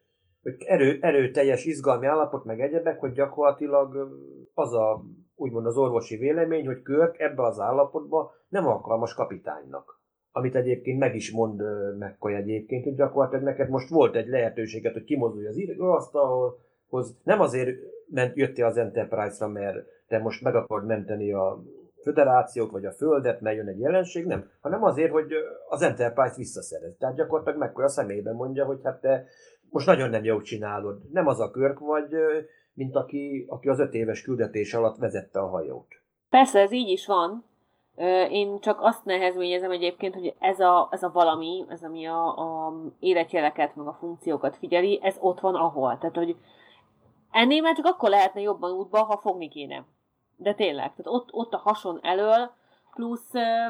erőteljes izgalmi állapot, meg egyebek, hogy gyakorlatilag az úgymond az orvosi vélemény, hogy Kirk ebbe az állapotban nem alkalmas kapitánynak. Amit egyébként meg is mond McCoy egyébként, hogy gyakorlatilag neked most volt egy lehetőséget, hogy kimozdulj az íróasztalhoz. Nem azért jöttél az Enterprise-ra, mert te most meg akarod menteni a föderációt, vagy a földet, mert jön egy jelenség, nem, hanem azért, hogy az Enterprise visszaszerez. Tehát gyakorlatilag McCoy a személyben mondja, hogy hát te most nagyon nem jól csinálod. Nem az a Kirk vagy, mint aki az 5 éves küldetés alatt vezette a hajót. Persze, ez így is van. Én csak azt nehezményezem egyébként, hogy ez a valami, ez ami a életjeleket, meg a funkciókat figyeli, ez ott van ahol. Tehát, hogy ennél már csak akkor lehetne jobban útba, ha fogni kéne. De tényleg, tehát ott a hason elől, plusz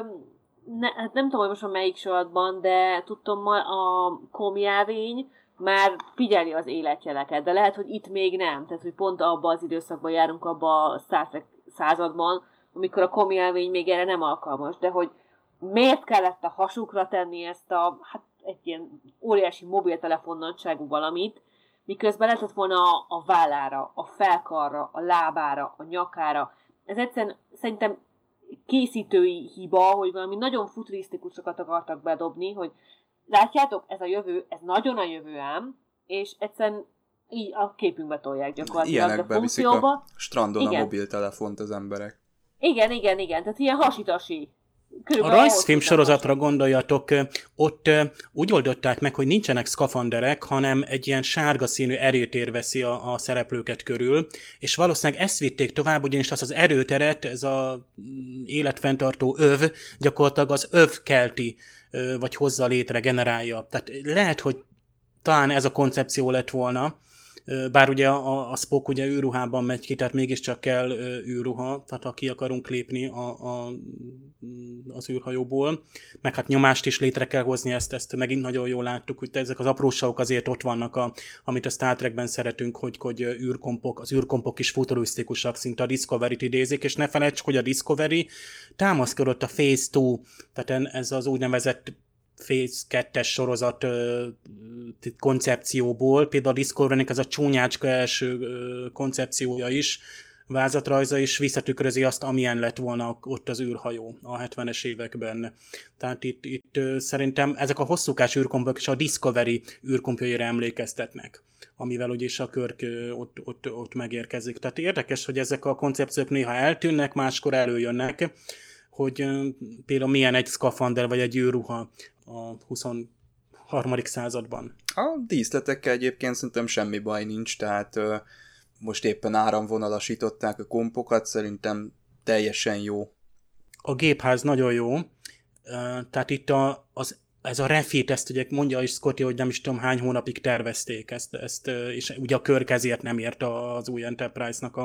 hát nem tudom, hogy most a melyik sorozatban, de tudtam, a komjárvény már figyeli az életjeleket, de lehet, hogy itt még nem. Tehát, hogy pont abban az időszakban járunk, abban a Star Trek században, amikor a komjárvény még erre nem alkalmas. De hogy miért kellett a hasukra tenni ezt hát egy ilyen óriási mobiltelefon nagyságú valamit, miközben lehetett volna a vállára, a felkarra, a lábára, a nyakára. Ez egyszerűen szerintem készítői hiba, hogy valami nagyon futurisztikusokat akartak bedobni, hogy látjátok, ez a jövő, ez nagyon a jövő ám, és egyszerűen így a képünkbe tolják gyakorlatilag. Ilyenekbe viszik a strandon a mobiltelefont az emberek. Igen, tehát ilyen hasitasi. A rajzfilm sorozatra gondoljatok, ott úgy oldották meg, hogy nincsenek szkafanderek, hanem egy ilyen sárga színű erőtér veszi a szereplőket körül, és valószínűleg ezt vitték tovább, ugyanis az erőteret, ez az életfenntartó öv, gyakorlatilag az öv kelti, vagy hozza létre, generálja. Tehát lehet, hogy talán ez a koncepció lett volna, bár ugye a Spock ugye űrruhában megy ki, tehát mégiscsak kell űrruha, tehát ha ki akarunk lépni az űrhajóból, meg hát nyomást is létre kell hozni, ezt megint nagyon jól láttuk, hogy ezek az apróságok azért ott vannak, amit a Star Trekben szeretünk, hogy az űrkompok is futurisztikusak, szinte a Discovery-t idézik, és ne felejtsd, hogy a Discovery támaszkodott a Phase 2, tehát ez az úgynevezett Phase 2-es sorozat koncepcióból, például a Discovery-nek ez a csúnyácska első koncepciója is, vázatrajza is visszatükrözi azt, amilyen lett volna ott az űrhajó a 70-es években. Tehát itt szerintem ezek a hosszúkás űrkompok és a Discovery űrkompjaira emlékeztetnek, amivel úgyis a Kirk ott megérkezik. Tehát érdekes, hogy ezek a koncepciók néha eltűnnek, máskor előjönnek, hogy például milyen egy szkafander vagy egy űrruha a 23. században. A díszletekkel egyébként szerintem semmi baj nincs, tehát most éppen áramvonalasították a kompokat, szerintem teljesen jó. A gépház nagyon jó, tehát itt ez a refit, ezt ugye mondja is Scotty, hogy nem is tudom hány hónapig tervezték ezt és ugye a Kirk ezért nem ért az új Enterprise-nak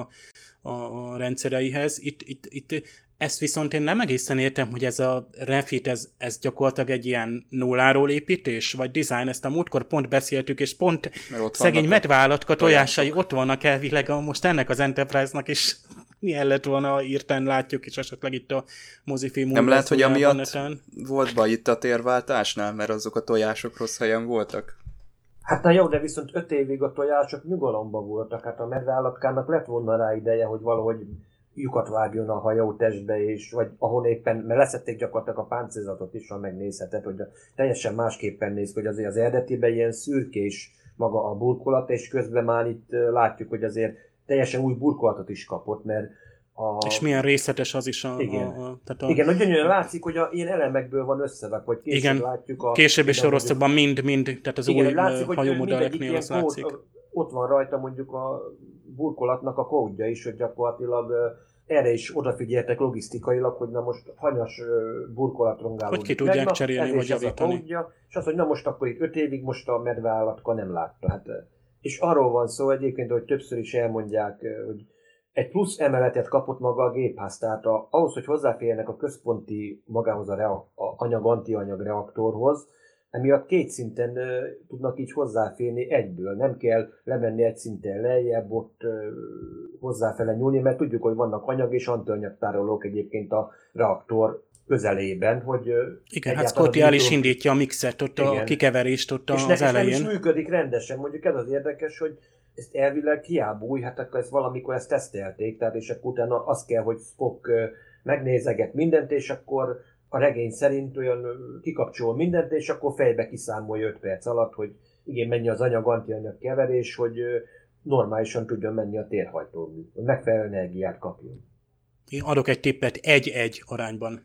a rendszereihez. Itt ezt viszont én nem egészen értem, hogy ez a refit, ez gyakorlatilag egy ilyen nulláról építés, vagy design, ezt a múltkor pont beszéltük, és pont szegény medveállatka tojásai ott vannak elvileg most ennek az Enterprise-nak is milyen lett volna írtán, látjuk, és esetleg itt a mozifilm. Nem lehet, hogy amiatt volt baj itt a térváltásnál, mert azok a tojások rossz helyen voltak? Hát na jó, de viszont 5 évig a tojások nyugalomban voltak, hát a medveállatkának lett volna rá ideje, hogy valahogy lyukat vágjon a hajótestbe, és vagy ahol éppen, mert leszették gyakorlatilag a páncélzatot is, ha megnézheted, hogy teljesen másképpen néz, hogy azért az eredetiben ilyen szürkés maga a burkolat, és közben már itt látjuk, hogy azért teljesen új burkolatot is kapott, mert és milyen részletes az is. Igen, igen, nagyon gyönyörűen látszik, hogy ilyen elemekből van összerakva, hogy később igen, látjuk későbbi sorozatokban mind, tehát az igen, új hajómodelleknél az látszik. Ott van rajta mondjuk a burkolatnak a kódja is, hogy gyakorlatilag erre is odafigyeltek logisztikailag, hogy na most hanyas burkolatrongálódik. Hogy ki tudják cserélni, vagy javítani. És az, hogy na most akkor itt 5 évig most a medveállatka nem látta. Hát, és arról van szó egyébként, hogy többször is elmondják, hogy egy plusz emeletet kapott maga a gépház, tehát ahhoz, hogy hozzáférjenek a központi magához a anyag-antianyag reaktorhoz, emiatt 2 szinten tudnak így hozzáférni egyből. Nem kell lemenni egy szinten lejjebb, ott hozzáfele nyúlni, mert tudjuk, hogy vannak anyag és antianyagtárolók egyébként a reaktor közelében, hogy... Igen, hát Scotty el is indítja a mixet, ott a kikeverést ott és az elején. És nem is működik rendesen. Mondjuk ez az érdekes, hogy ezt elvileg hiába új, hát akkor ezt valamikor ezt tesztelték, tehát és akkor utána az kell, hogy Spock megnézeget mindent, és akkor a regény szerint olyan kikapcsol mindent, és akkor fejbe kiszámolja 5 perc alatt, hogy igen, mennyi az anyag-antianyag keverés, hogy normálisan tudjon menni a térhajtómű, hogy megfelelő energiát kapjon. Én adok egy tippet 1-1 arányban.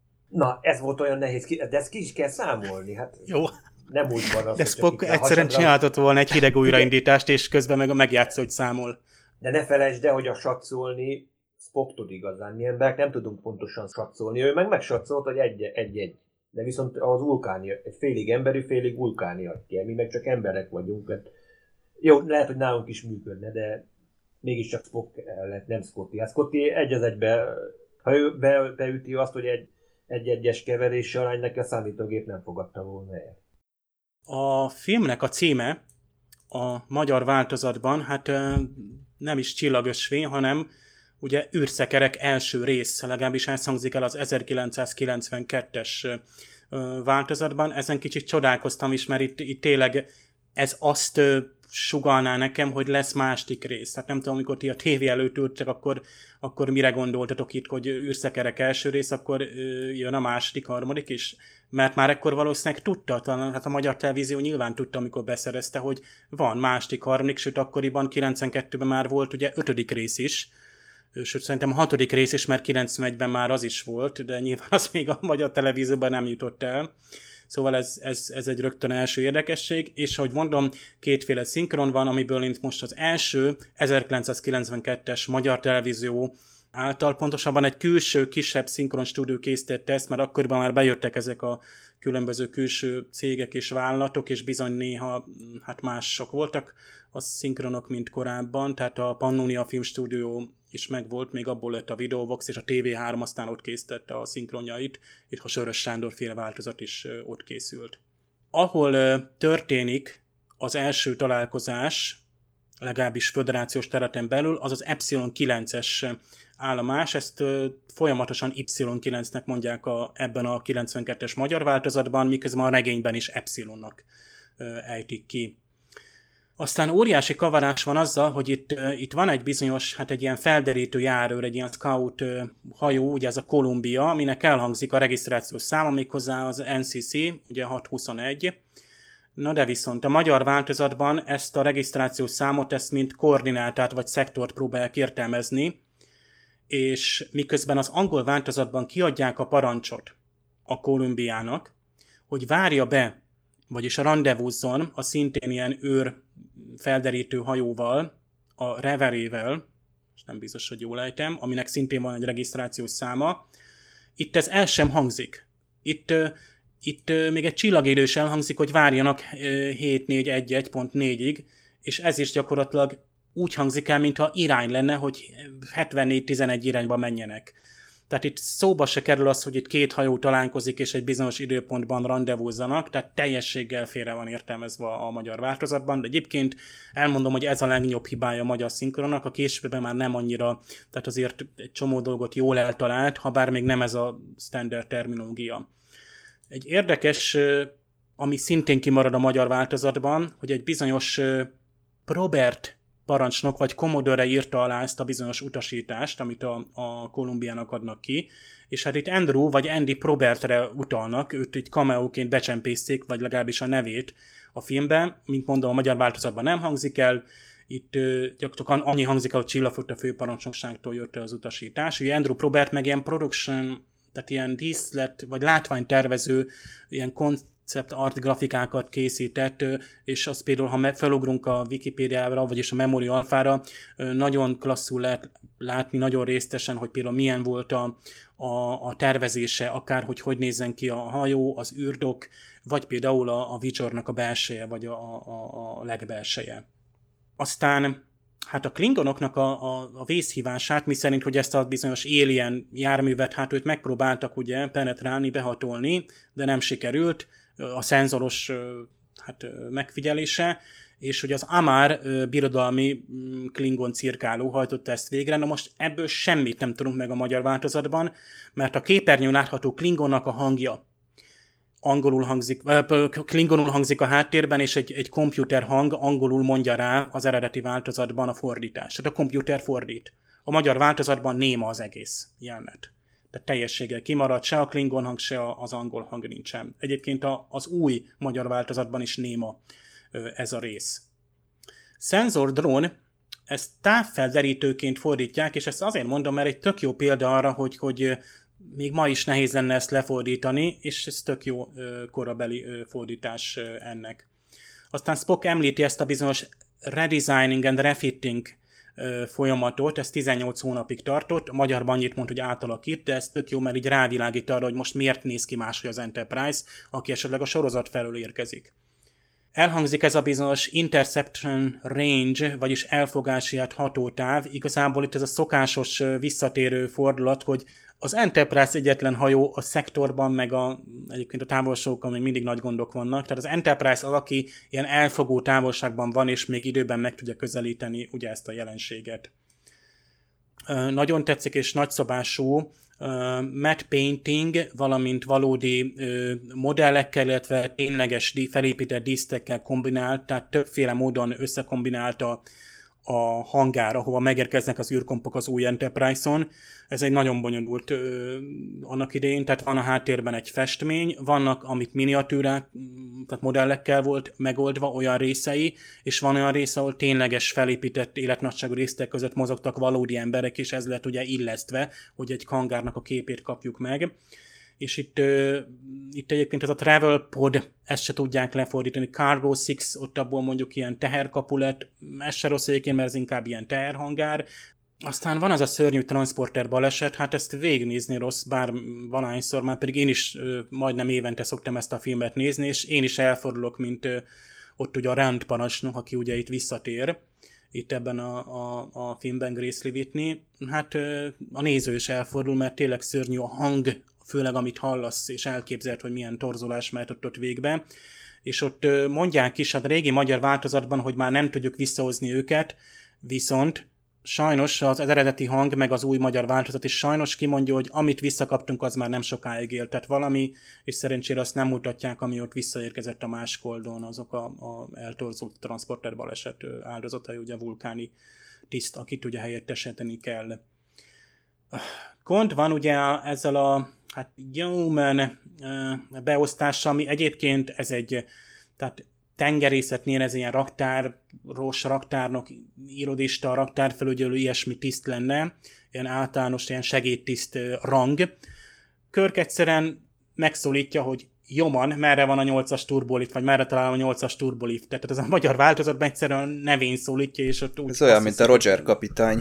Na, ez volt olyan nehéz, de ezt ki is kell számolni. Hát jó. Nem úgy van az, de Spock egyszerűen csinálhatott volna egy hideg újraindítást, és közben megjátszol, hogy számol. De ne felejtsd el, hogy a satszolni Spock tud igazán. Mi emberek nem tudunk pontosan satszolni. Ő meg megsatzolt, hogy egy. De viszont az vulkáni, egy félig emberi, félig vulkáni adja. Mi meg csak emberek vagyunk. Hát jó, lehet, hogy nálunk is működne, de mégiscsak Spock lett, nem Scotty. Hát Scotty egy az egybe, ha ő beüti azt, hogy egy-egyes keverési arány, neki a számítógép nem fogadta volna el. A filmnek a címe a magyar változatban, hát nem is Csillagösvény, hanem ugye űrszekerek első rész, legalábbis ez hangzik el az 1992-es változatban. Ezen kicsit csodálkoztam is, mert itt tényleg ez azt sugallná nekem, hogy lesz második rész. Tehát nem tudom, amikor ti a tévé előtt ültek, akkor mire gondoltatok itt, hogy űrszekerek első rész, akkor jön a második, harmadik is? Mert már ekkor valószínűleg tudta, talán hát a magyar televízió nyilván tudta, amikor beszerezte, hogy van második, harmadik, sőt akkoriban 92-ben már volt ugye 5. rész is, sőt szerintem a 6. rész is, mert 91-ben már az is volt, de nyilván az még a magyar televízióban nem jutott el. Szóval ez egy rögtön első érdekesség, és ahogy mondom, 2 szinkron van, amiből itt most az első 1992-es magyar televízió által, pontosabban egy külső, kisebb szinkron stúdió készítette ezt, mert akkoriban már bejöttek ezek a különböző külső cégek és vállalatok, és bizony néha hát mások voltak a szinkronok, mint korábban, tehát a Pannonia Filmstúdió is megvolt, még abból lett a Videobox, és a TV3 aztán ott készítette a szinkronjait, és a Sörös Sándor féle változat is ott készült. Ahol történik az első találkozás, legalábbis föderációs területen belül, az az Epsilon 9-es állomás, ezt folyamatosan Y9-nek mondják ebben a 92-es magyar változatban, miközben a regényben is Epsilonnak ejtik ki. Aztán óriási kavarás van azzal, hogy itt van egy bizonyos, hát egy ilyen felderítő járőr, egy ilyen scout hajó, ugye ez a Columbia, aminek elhangzik a regisztrációs száma, méghozzá az NCC, ugye 621. Na de viszont a magyar változatban ezt a regisztrációs számot, ezt mint koordinátát vagy szektort próbálják értelmezni, és miközben az angol változatban kiadják a parancsot a Columbiának, hogy várja be, vagyis rendezvúzzon a szintén ilyen felderítő hajóval a Reverie-vel, nem biztos, hogy jól ejtem, aminek szintén van egy regisztrációs száma. Itt ez el sem hangzik. Itt még egy csillagélő is elhangzik, hogy várjanak 7.4.1.4-ig, és ez is gyakorlatilag úgy hangzik el, mintha irány lenne, hogy 74-11 irányba menjenek. Tehát itt szóba se kerül az, hogy itt két hajó találkozik, és egy bizonyos időpontban randevúzzanak, tehát teljességgel félre van értelmezve a magyar változatban, de egyébként elmondom, hogy ez a legnagyobb hibája a magyar szinkronnak, a későbben már nem annyira, tehát azért egy csomó dolgot jól eltalált, ha bár még nem ez a standard terminológia. Egy érdekes, ami szintén kimarad a magyar változatban, hogy egy bizonyos Probert parancsnok vagy Commodore írta alá ezt a bizonyos utasítást, amit a Columbiának adnak ki, és hát itt Andrew vagy Andy Probertre utalnak, őt itt cameóként becsempészték, vagy legalábbis a nevét a filmben, mint mondom, a magyar változatban nem hangzik el, itt gyakorlatilag annyi hangzik el, hogy Csillafut a főparancsnokságtól jött az utasítás. Ugye Andrew Probert meg ilyen production, tehát ilyen díszlet, vagy látványtervező, ilyen koncept art grafikákat készített, és azt például, ha felugrunk a Wikipédiára, vagyis a Memory Alphára, nagyon klasszul lehet látni, nagyon résztesen, hogy például milyen volt a tervezése, akár hogy nézzen ki a hajó, az űrdok, vagy például a Vizsornak a belseje, vagy a legbelseje. Aztán hát a klingonoknak a vészhívását, miszerint, hogy ezt a bizonyos alien járművet, hát őt megpróbáltak ugye penetrálni, behatolni, de nem sikerült a szenzoros megfigyelése, és hogy az Amár birodalmi klingon cirkáló hajtotta ezt végre. Na most ebből semmit nem tudunk meg a magyar változatban, mert a képernyőn látható klingonnak a hangja klingonul hangzik a háttérben, és egy komputer hang angolul mondja rá az eredeti változatban a fordítást. Tehát a komputer fordít. A magyar változatban néma az egész jelenet. Tehát teljességgel kimaradt, se a klingon hang, se az angol hang nincsen. Egyébként az új magyar változatban is néma ez a rész. Sensor drone, ezt távfelderítőként fordítják, és ezt azért mondom, mert egy tök jó példa arra, hogy még ma is nehéz lenne ezt lefordítani, és ez tök jó korabeli fordítás ennek. Aztán Spock említi ezt a bizonyos redesigning and refitting folyamatot, ez 18 hónapig tartott, a magyarban annyit mond, hogy átalakít, de ez tök jó, mert így rávilágít arra, hogy most miért néz ki máshogy az Enterprise, aki esetleg a sorozat felől érkezik. Elhangzik ez a bizonyos interception range, vagyis elfogási hatótáv, igazából itt ez a szokásos visszatérő fordulat, hogy az Enterprise egyetlen hajó a szektorban, meg egyébként a távolságokon még mindig nagy gondok vannak. Tehát az Enterprise az, aki ilyen elfogó távolságban van, és még időben meg tudja közelíteni ugye ezt a jelenséget. Nagyon tetszik és nagyszabású matte painting, valamint valódi modellekkel, illetve tényleges felépített dísztekkel kombinált, tehát többféle módon összekombinálta a hangár, ahova megérkeznek az űrkompok az új Enterprise-on. Ez egy nagyon bonyolult annak idején, tehát van a háttérben egy festmény, vannak, amit miniatűrák, tehát modellekkel volt megoldva, olyan részei, és van olyan része, ahol tényleges felépített életnagyságú résztek között mozogtak valódi emberek, és ez lett ugye illesztve, hogy egy hangárnak a képét kapjuk meg. És itt egyébként ez a travel pod, ezt se tudják lefordítani, cargo 6, ott abból mondjuk ilyen teherkapu lett, ez se rossz egyébként, mert ez inkább ilyen teherhangár. Aztán van az a szörnyű transporter baleset, hát ezt végignézni rossz, bár valahányszor, már pedig én is majdnem évente szoktam ezt a filmet nézni, és én is elfordulok, mint ott ugye a Rand parancsnok, aki ugye itt visszatér, itt ebben a filmben Grace Lee Whitney. Hát a néző is elfordul, mert tényleg szörnyű a hang, főleg amit hallasz, és elképzelt, hogy milyen torzulás mehet ott végbe. És ott mondják is, hát a régi magyar változatban, hogy már nem tudjuk visszahozni őket, viszont sajnos az eredeti hang, meg az új magyar változat is sajnos kimondja, hogy amit visszakaptunk, az már nem sokáig él. Tehát valami, és szerencsére azt nem mutatják, ami ott visszaérkezett a másik oldalon, azok a eltorzult transporter baleset áldozatai, ugye vulkáni tiszt, akit ugye helyettesíteni kell. Gond van ugye ezzel a human beosztással, ami egyébként ez egy, tehát tengerészetnél ez ilyen raktárnok, irodista, raktárfelügyelő, ilyesmi tiszt lenne, ilyen általános, ilyen segédtiszt rang. Kirk egyszerűen megszólítja, hogy Joman, merre van a 8-as turbolift, vagy merre találom a 8-as turbolift. Tehát ez a magyar változatban egyszerűen nevén szólítja, és ott úgy... Ez olyan, mint a Roger kapitány.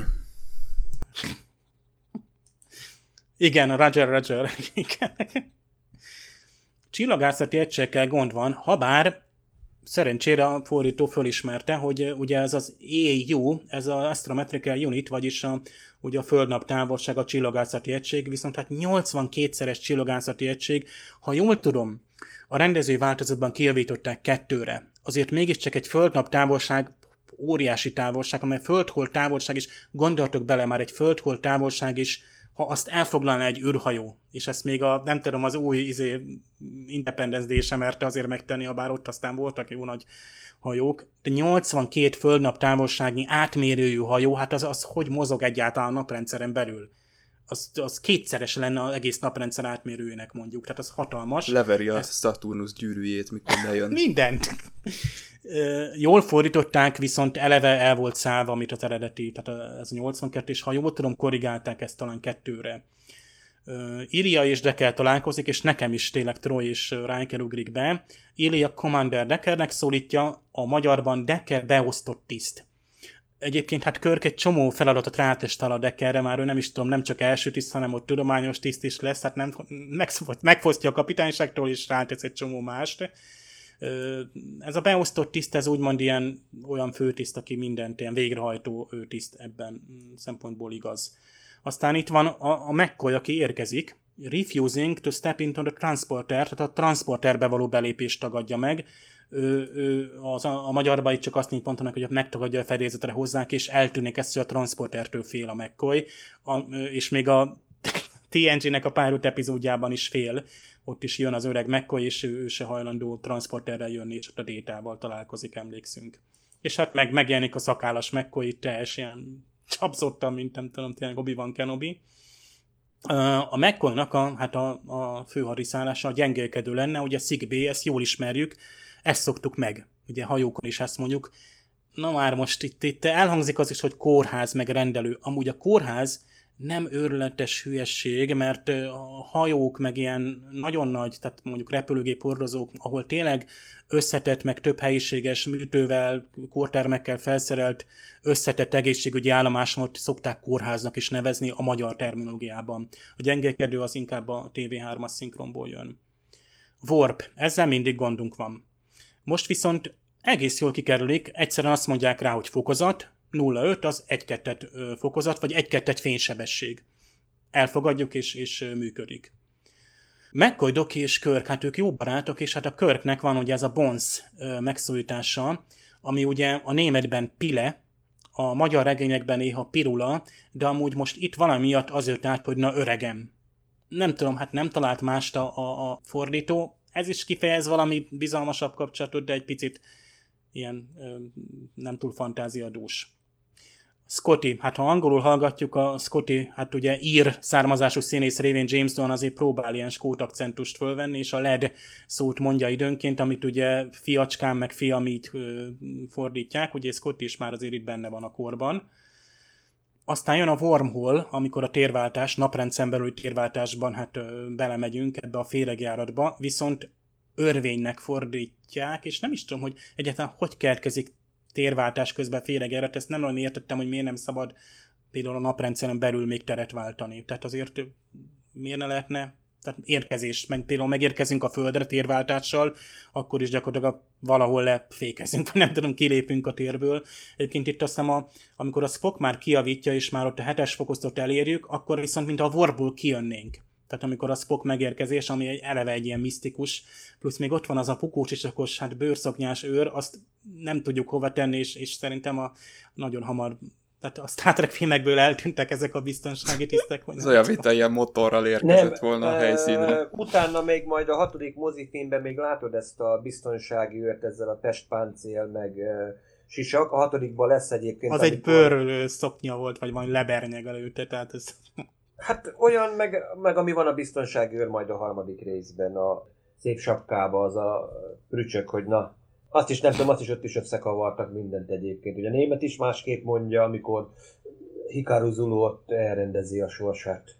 Igen, a Roger. Igen. Csillagászati egységekkel gond van, habár szerencsére a fordító fölismerte, hogy ugye ez az AU, ez az Astrometrical Unit, vagyis ugye a Földnap távolság a csillagászati egység, viszont hát 82-szeres csillagászati egység, ha jól tudom, a rendezői változatban kijavították 2-re. Azért mégiscsak egy Földnap távolság, óriási távolság, amely földhold távolság is, gondoltok bele már egy földhold távolság is, ha azt elfoglalna egy űrhajó, és ezt még nem tudom, az új Independence Day sem merte azért megtenni, bár ott aztán voltak jó nagy hajók, de 82 földnap távolságnyi átmérőjű hajó, hát az hogy mozog egyáltalán a naprendszeren belül? Az kétszeres lenne az egész naprendszer átmérőjének mondjuk, tehát az hatalmas. Leveri a Saturnus gyűrűjét, mikor bejön. Mindent! Jól fordították, viszont eleve el volt szállva, amit az eredeti, tehát ez a 82, és ha jól tudom, korrigálták ezt talán 2-re. Ilia és Decker találkozik, és nekem is tényleg Troy és Riker ugrik be. Ilia Commander Deckernek szólítja, a magyarban Decker beosztott tiszt. Egyébként hát Kirk egy csomó feladatot rátestel a Deckerre, már ő nem is tudom, nem csak első tiszt, hanem ott tudományos tiszt is lesz, hát nem, megfosztja a kapitányságtól, és rátesz egy csomó mást. Ez a beosztott tiszt, ez úgymond olyan főtiszt, aki mindent, ilyen végrehajtó tiszt ebben szempontból igaz. Aztán itt van a McCoy, aki érkezik, refusing to step into the transporter, tehát a transporterbe való belépést tagadja meg. A magyarban itt csak azt mondanak, hogy megtagadja a fedélzetre hozzák, és eltűnik ezt, hogy a transportertől fél a McCoy, és még a TNG-nek a pár epizódjában is fél. Ott is jön az öreg McCoy, és ő se hajlandó transporterrel jönni, és ott a Détával találkozik, emlékszünk. És hát megjelenik a szakállas McCoy, teljesen csapzottan, mint nem tudom, tényleg Obi-Wan Kenobi. A McCoy-nak a főhadiszállása gyengélkedő lenne, ugye Sick Bay, ezt jól ismerjük, ezt szoktuk meg, ugye hajókon is ezt mondjuk. Na már most itt elhangzik az is, hogy kórház meg rendelő. Amúgy a kórház nem őrületes hülyesség, mert a hajók meg ilyen nagyon nagy, tehát mondjuk repülőgép hordozók, ahol tényleg összetett, meg több helyiséges műtővel, kórtermekkel felszerelt összetett egészségügyi állomásokat szokták kórháznak is nevezni a magyar terminológiában. A gyengélkedő az inkább a TV3-as szinkronból jön. Warp, ezzel mindig gondunk van. Most viszont egész jól kikerülik, egyszerűen azt mondják rá, hogy fokozat, 0,5 az 1,2 fokozat, vagy 1,2 fénysebesség. Elfogadjuk, és működik. McCoy, Doki és Kirk, hát ők jó barátok, és hát a Kirknek van ugye ez a Bones megszólítása, ami ugye a németben Pile, a magyar regényekben néha Pirula, de amúgy most itt valami miatt azért át, hogy na öregem. Nem tudom, hát nem talált mást a fordító. Ez is kifejez valami bizalmasabb kapcsolatot, de egy picit ilyen nem túl fantáziadús. Scotty, hát ha angolul hallgatjuk, a Scotty, hát ugye ír származású színész révén James Doohan azért próbál ilyen skót akcentust fölvenni, és a LED szót mondja időnként, amit ugye fiacskám meg fiam így fordítják, ugye Scotty is már azért itt benne van a korban. Aztán jön a wormhole, amikor a térváltás, naprendszeren belüli térváltásban hát belemegyünk ebbe a féregjáratba, viszont örvénynek fordítják, és nem is tudom, hogy egyáltalán hogy keletkezik térváltás közben féregjárat, ezt nem nagyon értettem, hogy miért nem szabad például a naprendszeren belül még teret váltani. Tehát azért miért ne lehetne, tehát érkezés, például megérkezünk a Földre térváltással, akkor is gyakorlatilag valahol lefékezünk, vagy nem tudom, kilépünk a térből. Egyébként itt azt hiszem, amikor a Spock már kijavítja, és már ott a 7-es fokozatot elérjük, akkor viszont mint a warpból kijönnénk. Tehát amikor a Spock megérkezés, ami eleve egy ilyen misztikus, plusz még ott van az a pukócsisakos, hát bőrszoknyás őr, azt nem tudjuk hova tenni, és szerintem nagyon hamar, tehát a Star Trek filmekből eltűntek ezek a biztonsági tisztek. Ez olyan, mint ilyen motorral érkezett volna a helyszínre. Utána még majd a 6. mozifilmben még látod ezt a biztonsági őrt ezzel a testpáncél, meg sisak. A 6-ban lesz egyébként. Az egy bőr szoknya volt, vagy valami lebernyeg előtte, tehát ez... Hát olyan, meg ami van a biztonsági őr majd a 3. részben, a szép sapkába, az a prücsök, hogy na, azt is nem tudom, azt is ott is összekavartak mindent egyébként. Ugye a német is másképp mondja, amikor Hikaru Zulu ott elrendezi a sorsát.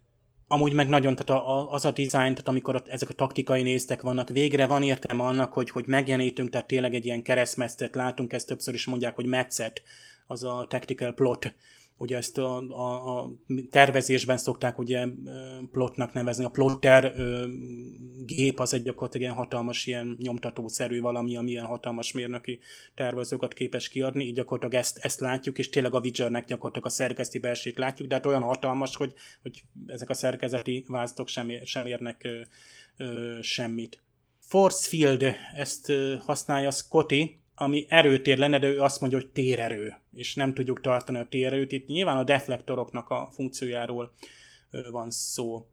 Amúgy meg nagyon, tehát az a design, tehát amikor ezek a taktikai néztek vannak, végre van értelme annak, hogy megjelenítünk, tehát tényleg egy ilyen keresztmesztet látunk, ezt többször is mondják, hogy metszet, az a tactical plot. Ugye ezt a tervezésben szokták ugye plotnak nevezni. A plotter gép az egy gyakorlatilag ilyen hatalmas ilyen nyomtatószerű valami, ami ilyen hatalmas mérnöki tervezőket képes kiadni. Így gyakorlatilag ezt látjuk, és tényleg a Witchernek gyakorlatilag a szerkezeti belsét látjuk, de hát olyan hatalmas, hogy ezek a szerkezeti vázatok sem érnek semmit. Force Field, ezt használja Scotty, ami erőtér lenne, de ő azt mondja, hogy térerő, és nem tudjuk tartani a térerőt. Itt nyilván a deflektoroknak a funkciójáról van szó.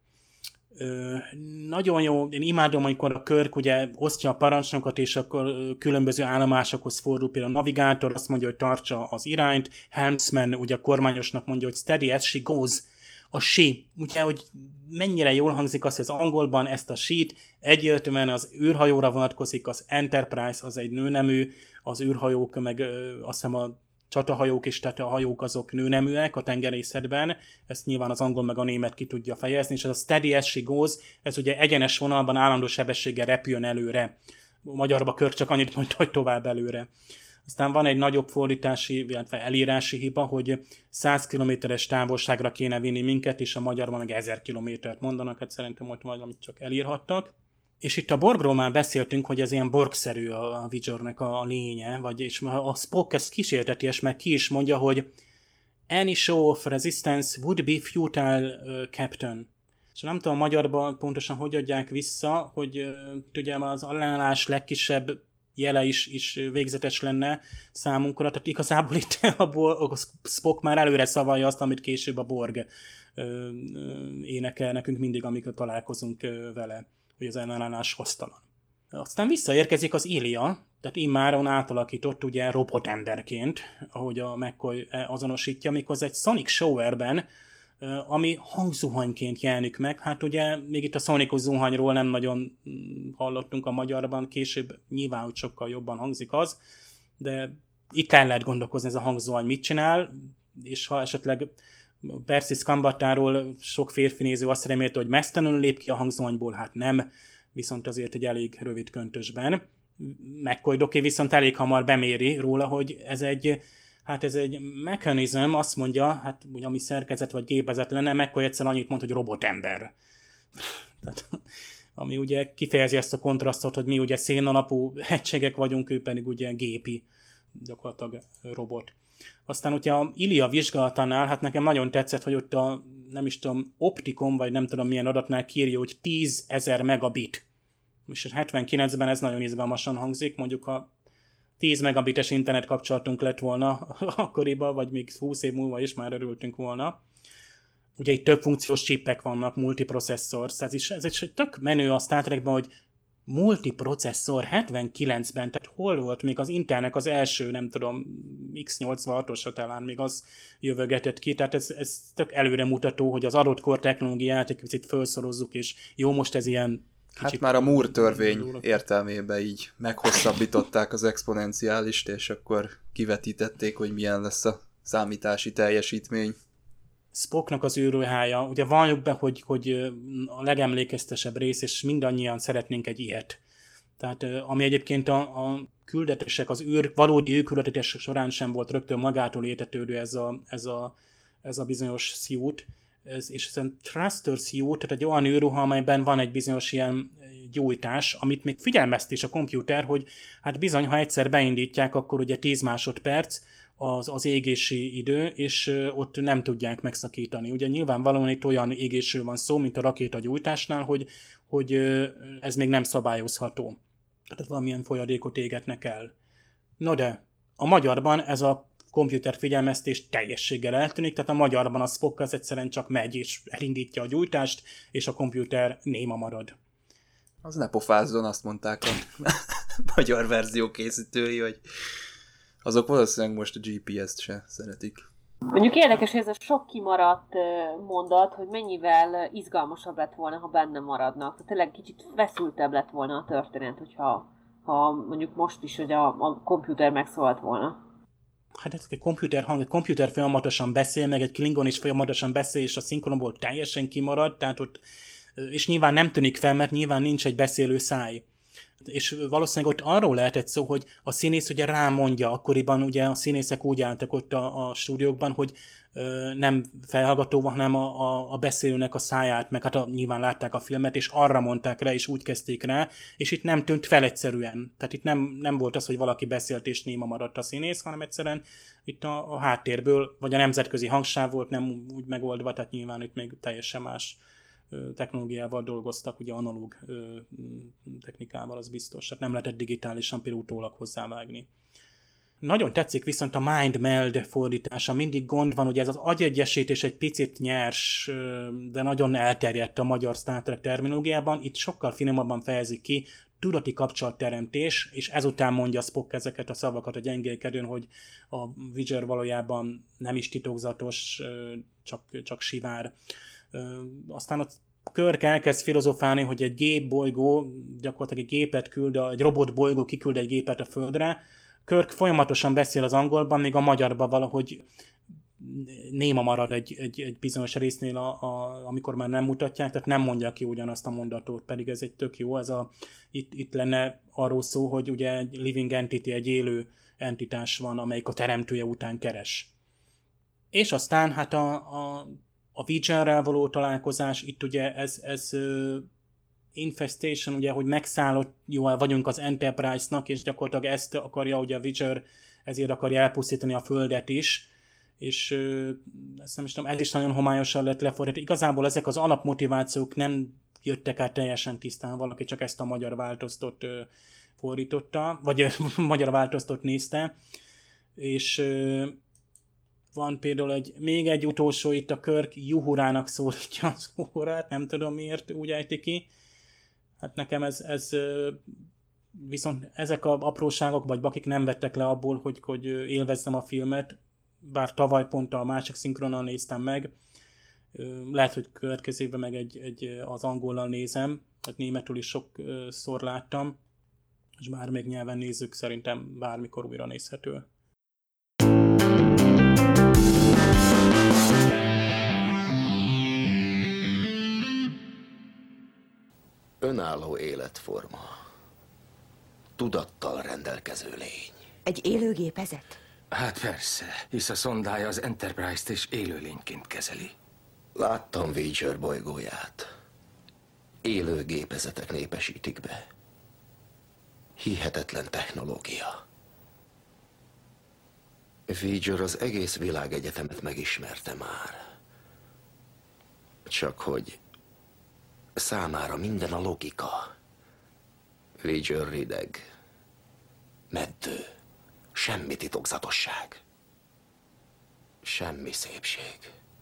Nagyon jó, én imádom, amikor a Kirk ugye osztja a parancsnokat, és akkor különböző állomásokhoz fordul, például a navigátor azt mondja, hogy tartsa az irányt, Helmsman ugye a kormányosnak mondja, hogy steady as she goes, a she, ugye, hogy mennyire jól hangzik az, hogy az angolban ezt a she-t egyértelműen az űrhajóra vonatkozik, az Enterprise az egy nőnemű, az űrhajók meg azt hiszem a csatahajók és tehát a hajók azok nőneműek a tengerészetben, ezt nyilván az angol meg a német ki tudja fejezni, és ez a steady as she goes, ez ugye egyenes vonalban állandó sebességgel repüljön előre. Magyarba Kirk csak annyit mondta, hogy tovább előre. Aztán van egy nagyobb fordítási, illetve elírási hiba, hogy 100 kilométeres távolságra kéne vinni minket, és a magyarban meg 1000 kilométert mondanak, hát szerintem ott valamit csak elírhattak. És itt a Borgról már beszéltünk, hogy ez ilyen Borg-szerű a Witchernek a lénye, és a Spock ezt kísérteties, mert ki is mondja, hogy any show of resistance would be futile, Captain. És nem tudom a magyarban pontosan hogy adják vissza, hogy ugye az ellenállás legkisebb jele is végzetes lenne számunkra, tehát igazából itt a Spock már előre szavalja azt, amit később a Borg énekel nekünk mindig, amikor találkozunk vele, hogy az ellenállás hasztalan. Aztán visszaérkezik az Ilia, tehát immáron átalakított ugye robotemberként, ahogy a McCoy azonosítja, méghozzá egy Sonic Showerben, ami hangzuhanyként jelenik meg. Hát ugye még itt a Sonicos zuhanyról nem nagyon hallottunk a magyarban, később nyilván, hogy sokkal jobban hangzik az, de itt el lehet gondolkozni, ez a hangzuhany mit csinál, és ha esetleg Persis Kambatáról sok férfi néző azt remélte, hogy mesztelenül lép ki a hangzuhanyból, hát nem, viszont azért egy elég rövid köntösben. McCoy Doki viszont elég hamar beméri róla, hogy ez egy mechanizm, azt mondja, hát ugye ami szerkezet vagy gépezet lenne, McCoy egyszer annyit mond, hogy robotember. Tehát, ami ugye kifejezi ezt a kontrasztot, hogy mi ugye szénalapú egységek vagyunk, ő pedig ugye gépi, gyakorlatilag robot. Aztán ugye a Ilia vizsgálatánál, hát nekem nagyon tetszett, hogy ott a, nem is tudom, Opticon, vagy nem tudom milyen adatnál kírja, hogy 10 000 megabit. És 79-ben ez nagyon izgalmasan hangzik, mondjuk ha 10 megabites internet kapcsolatunk lett volna akkoriban, vagy még 20 év múlva is már örültünk volna. Ugye itt több funkciós chipek vannak, multiprocesszor, ez is tök menő a Star Trekben, hogy multiprocesszor 79-ben, tehát hol volt még az Intelnek az első, nem tudom, X86-osra talán még az jövögetett ki, tehát ez tök előremutató, hogy az adott kor technológiát egy kicsit felszorozzuk, és jó, most ez ilyen kicsit... Hát már a Moore törvény értelmében így meghosszabbították az exponenciálist, és akkor kivetítették, hogy milyen lesz a számítási teljesítmény. Spocknak az űrruhája, ugye valljuk be, hogy a legemlékeztesebb rész, és mindannyian szeretnénk egy ilyet. Tehát ami egyébként a küldetések, az valódi űrküldetések során sem volt rögtön magától értetődő ez a bizonyos suit, és ez a thruster suit, tehát egy olyan űrruha, amelyben van egy bizonyos ilyen gyújtás, amit még figyelmezt is a komputer, hogy hát bizony, ha egyszer beindítják, akkor ugye 10 másodperc, az égési idő, és ott nem tudják megszakítani. Ugye nyilvánvalóan itt olyan égésről van szó, mint a rakétagyújtásnál, hogy ez még nem szabályozható. Tehát valamilyen folyadékot égetnek el. No de, a magyarban ez a komputer figyelmeztés teljességgel eltűnik, tehát a magyarban a Spock az egyszerűen csak megy és elindítja a gyújtást, és a komputer néma marad. Az ne pofázzon, azt mondták a magyar verzió készítői, hogy azok valószínűleg most a GPS-t se szeretik. Mondjuk érdekes, hogy ez a sok kimaradt mondat, hogy mennyivel izgalmasabb lett volna, ha benne maradnak. Tehát tényleg kicsit feszültebb lett volna a történet, hogyha mondjuk most is, hogy a komputer megszólalt volna. Hát ez egy komputer hang, egy komputer folyamatosan beszél, meg egy klingon is folyamatosan beszél, és a szinkronból teljesen kimarad, tehát ott, és nyilván nem tűnik fel, mert nyilván nincs egy beszélő száj. És valószínűleg ott arról lehetett szó, hogy a színész ugye rámondja, akkoriban ugye a színészek úgy álltak ott a stúdiókban, hogy nem felhallgatóval, hanem a beszélőnek a száját, meg hát nyilván látták a filmet, és arra mondták rá, és úgy kezdték rá, és itt nem tűnt fel egyszerűen. Tehát itt nem volt az, hogy valaki beszélt, és néma maradt a színész, hanem egyszerűen itt a háttérből, vagy a nemzetközi hangsáv volt nem úgy megoldva, tehát nyilván itt még teljesen más technológiával dolgoztak, ugye analóg technikával, az biztos. Tehát nem lehetett digitálisan például utólag hozzávágni. Nagyon tetszik viszont a mind meld fordítása. Mindig gond van, hogy ez az agyegyesítés egy picit nyers, de nagyon elterjedt a magyar Star Trek terminológiában. Itt sokkal finomabban fejezik ki, tudati kapcsolatteremtés, és ezután mondja Spock ezeket a szavakat a gyengélkedőn, hogy a Voyager valójában nem is titokzatos, csak sivár. Aztán ott Kirk elkezd filozofálni, hogy egy gépbolygó, gyakorlatilag egy gépet küld, egy robotbolygó kiküld egy gépet a Földre. Kirk folyamatosan beszél az angolban, még a magyarban valahogy néma marad egy bizonyos résznél, amikor már nem mutatják, tehát nem mondja ki ugyanazt a mondatot, pedig ez egy tök jó, itt lenne arról szó, hogy ugye egy living entity, egy élő entitás van, amelyik a teremtője után keres. És aztán hát a Voyagerrel való találkozás, itt ugye ez infestation, ugye, hogy megszállott, jól vagyunk az Enterprise-nak, és gyakorlatilag ezt akarja, ugye a Voyager ezért akarja elpusztítani a Földet is, és ezt nem is tudom, ez is nagyon homályosan lett lefordítani. Igazából ezek az alapmotivációk nem jöttek át teljesen tisztán, valaki csak ezt a magyar változtot fordította, vagy magyar változtot nézte, és van például még egy utolsó, itt a Kirk Juhurának szólítja az órát, nem tudom miért úgy ejti ki. Hát nekem ez viszont ezek a apróságok, vagy bakik nem vettek le abból, hogy élvezzem a filmet, bár tavaly pont a másik szinkronnal néztem meg. Lehet, hogy következőben meg az angollal nézem, hát németül is sokszor láttam, és bármelyik nyelven nézzük, szerintem bármikor újra nézhető. Önálló életforma. Tudattal rendelkező lény. Egy élőgépezet? Hát persze, hisz a szondája az Enterprise-t is élőlényként kezeli. Láttam Voyager bolygóját. Élő gépezetek népesítik be. Hihetetlen technológia. Voyager az egész világegyetemet megismerte már. Csak hogy számára minden a logika. Voyager rideg. Meddő. Semmi titokzatosság. Semmi szépség.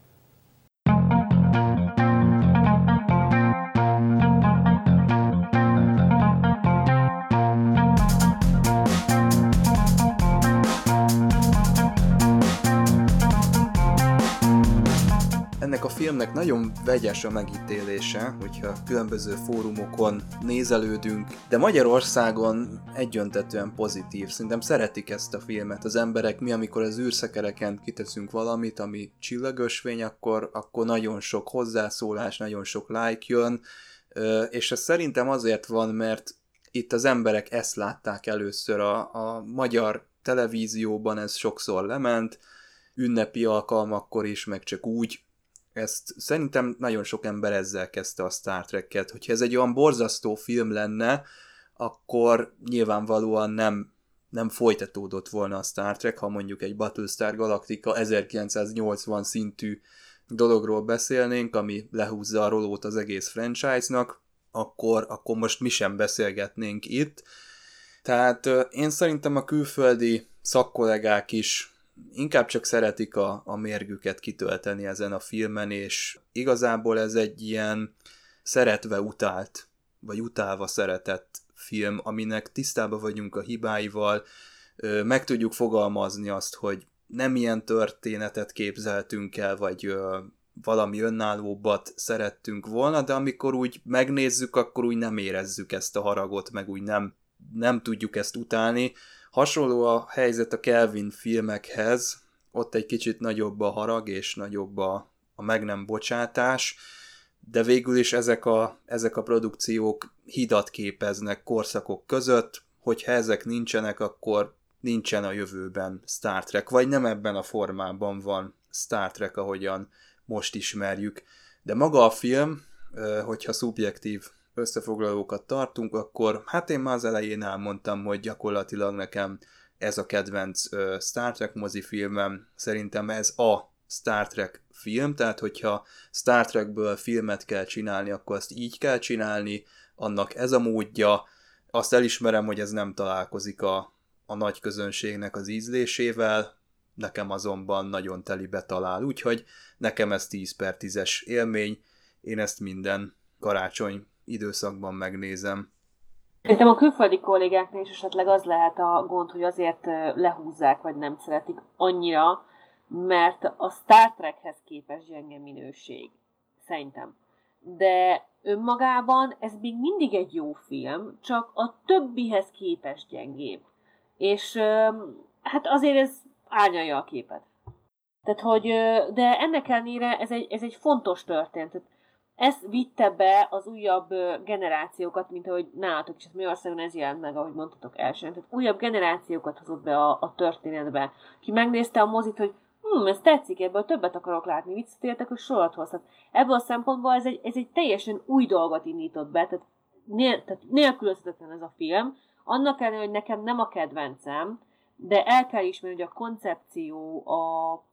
Ennek a filmnek nagyon vegyes a megítélése, hogyha különböző fórumokon nézelődünk, de Magyarországon egyöntetően pozitív. Szerintem szeretik ezt a filmet az emberek. Mi, amikor az űrszekereken kiteszünk valamit, ami csillagösvény, akkor nagyon sok hozzászólás, nagyon sok like jön, és ez szerintem azért van, mert itt az emberek ezt látták először a magyar televízióban, ez sokszor lement, ünnepi alkalmakkor is, meg csak úgy. Ezt szerintem nagyon sok ember ezzel kezdte a Star Trek-et. Hogyha ez egy olyan borzasztó film lenne, akkor nyilvánvalóan nem folytatódott volna a Star Trek, ha mondjuk egy Battlestar Galactica 1980 szintű dologról beszélnénk, ami lehúzza a rolót az egész franchise-nak, akkor most mi sem beszélgetnénk itt. Tehát én szerintem a külföldi szakkollégák is inkább csak szeretik a mérgüket kitölteni ezen a filmen, és igazából ez egy ilyen szeretve utált, vagy utálva szeretett film, aminek tisztában vagyunk a hibáival, meg tudjuk fogalmazni azt, hogy nem ilyen történetet képzeltünk el, vagy valami önállóbbat szerettünk volna, de amikor úgy megnézzük, akkor úgy nem érezzük ezt a haragot, meg úgy nem nem tudjuk ezt utálni. Hasonló a helyzet a Kelvin filmekhez, ott egy kicsit nagyobb a harag és nagyobb a meg nem bocsátás, de végül is ezek a produkciók hidat képeznek korszakok között, hogyha ezek nincsenek, akkor nincsen a jövőben Star Trek, vagy nem ebben a formában van Star Trek, ahogyan most ismerjük. De maga a film, hogyha szubjektív összefoglalókat tartunk, akkor hát én már az elején elmondtam, hogy gyakorlatilag nekem ez a kedvenc Star Trek mozifilmem, szerintem ez a Star Trek film, tehát hogyha Star Trekből filmet kell csinálni, akkor azt így kell csinálni, annak ez a módja. Azt elismerem, hogy ez nem találkozik a nagy közönségnek az ízlésével, nekem azonban nagyon telibe talál, úgyhogy nekem ez 10/10-es élmény, én ezt minden karácsony időszakban megnézem. Szerintem a külföldi kollégáknál is esetleg az lehet a gond, hogy azért lehúzzák, vagy nem szeretik annyira, mert a Star Trekhez képest gyenge minőség. Szerintem. De önmagában ez még mindig egy jó film, csak a többihez képest gyengébb. És hát azért ez árnyalja a képet. Tehát, hogy, de ennek ellenére ez egy fontos történet. Ez vitte be az újabb generációkat, mint ahogy nálatok is, Magyarországon ez jelent meg, ahogy mondtatok elsőn. Tehát újabb generációkat hozott be a történetbe. Ki megnézte a mozit, hogy ez tetszik, ebből többet akarok látni, visszatértek, hogy sorat hozhat. Ebből a szempontból ez egy teljesen új dolgot indított be, tehát nélkülözhetetlen ez a film. Annak ellenére, hogy nekem nem a kedvencem, de el kell ismerni, hogy a koncepció, a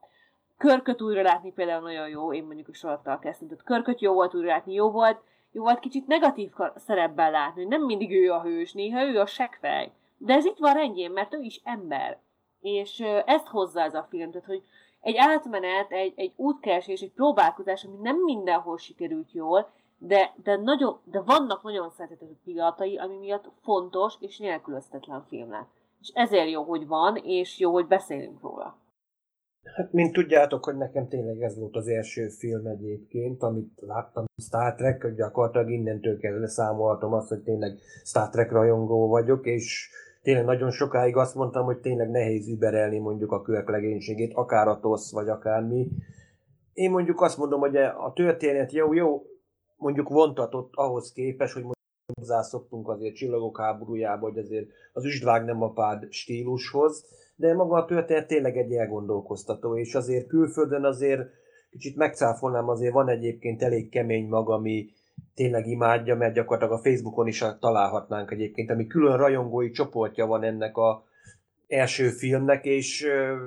Körköt újra látni például nagyon jó, én mondjuk a Sorattal kezdtem, tehát Körköt jó volt újra látni, jó volt kicsit negatív szerepben látni, hogy nem mindig ő a hős, néha ő a seggfej. De ez itt van rendjén, mert ő is ember. És ezt hozza ez a film, tehát hogy egy átmenet, egy útkeresés, egy próbálkozás, ami nem mindenhol sikerült jól, de vannak nagyon szerethető pillanatai, ami miatt fontos és nélkülözhetetlen film lett. És ezért jó, hogy van, és jó, hogy beszélünk róla. Hát, mint tudjátok, hogy nekem tényleg ez volt az első film egyébként, amit láttam, Star Trek, hogy gyakorlatilag innentől kezdve számolhatom azt, hogy tényleg Star Trek rajongó vagyok, és tényleg nagyon sokáig azt mondtam, hogy tényleg nehéz überelni mondjuk a Kirk legénységét, akár a TOSZ, vagy akármi. Én mondjuk azt mondom, hogy a történet jó, mondjuk vontatott ahhoz képest, hogy hozzászoktunk azért Csillagok háborújába, hogy azért az üstvág nem apád stílushoz, de maga a történet tényleg egy elgondolkoztató, és azért külföldön azért kicsit megcáfolnám, azért van egyébként elég kemény mag, ami tényleg imádja, mert gyakorlatilag a Facebookon is találhatnánk egyébként, ami külön rajongói csoportja van ennek a első filmnek, és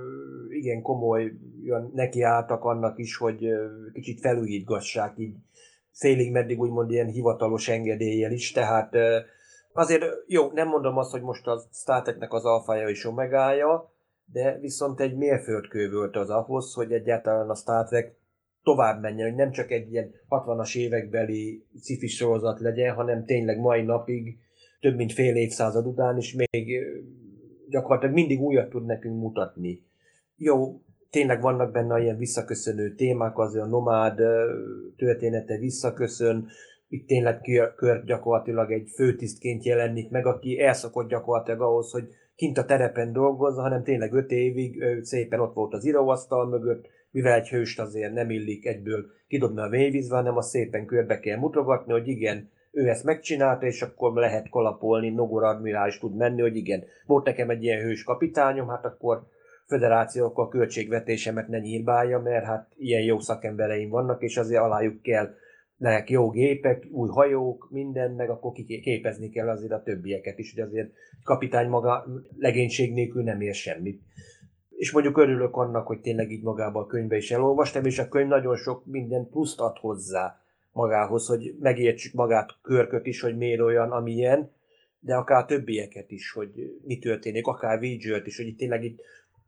igen komoly nekiálltak annak is, hogy kicsit felújítgassák így félig meddig úgymond ilyen hivatalos engedéllyel is, tehát azért jó, nem mondom azt, hogy most a Star Treknek az alfája és omegája, de viszont egy mérföldkő volt az ahhoz, hogy egyáltalán a Star Trek tovább menjen, hogy nem csak egy ilyen 60-as évekbeli sci-fi sorozat legyen, hanem tényleg mai napig, több mint fél évszázad után is még gyakorlatilag mindig újat tud nekünk mutatni. Jó, tényleg vannak benne ilyen visszaköszönő témák, azért a nomád története visszaköszön, itt tényleg Kirk gyakorlatilag egy főtisztként jelenik meg, aki elszokott gyakorlatilag ahhoz, hogy kint a terepen dolgozza, hanem tényleg 5 évig szépen ott volt az íróasztal mögött, mivel egy hőst azért nem illik egyből kidobni a mélyvízbe, hanem azt szépen körbe kell mutogatni, hogy igen, ő ezt megcsinálta, és akkor lehet kalapolni, Nogor admirális tud menni, hogy igen, volt nekem egy ilyen hős kapitányom, hát akkor föderációkkal a költségvetésemet ne nyírbálja, mert hát ilyen jó szakembereim vannak, és azért alájuk kell nek jó gépek, új hajók, minden, meg akkor képezni kell azért a többieket is, hogy azért kapitány maga legénység nélkül nem ér semmit. És mondjuk örülök annak, hogy tényleg így magában a könyvbe is elolvastam, és a könyv nagyon sok minden pluszt ad hozzá magához, hogy megértsük magát Kirköt is, hogy miért olyan, amilyen, de akár többieket is, hogy mi történik, akár Voyager-t is, hogy itt tényleg itt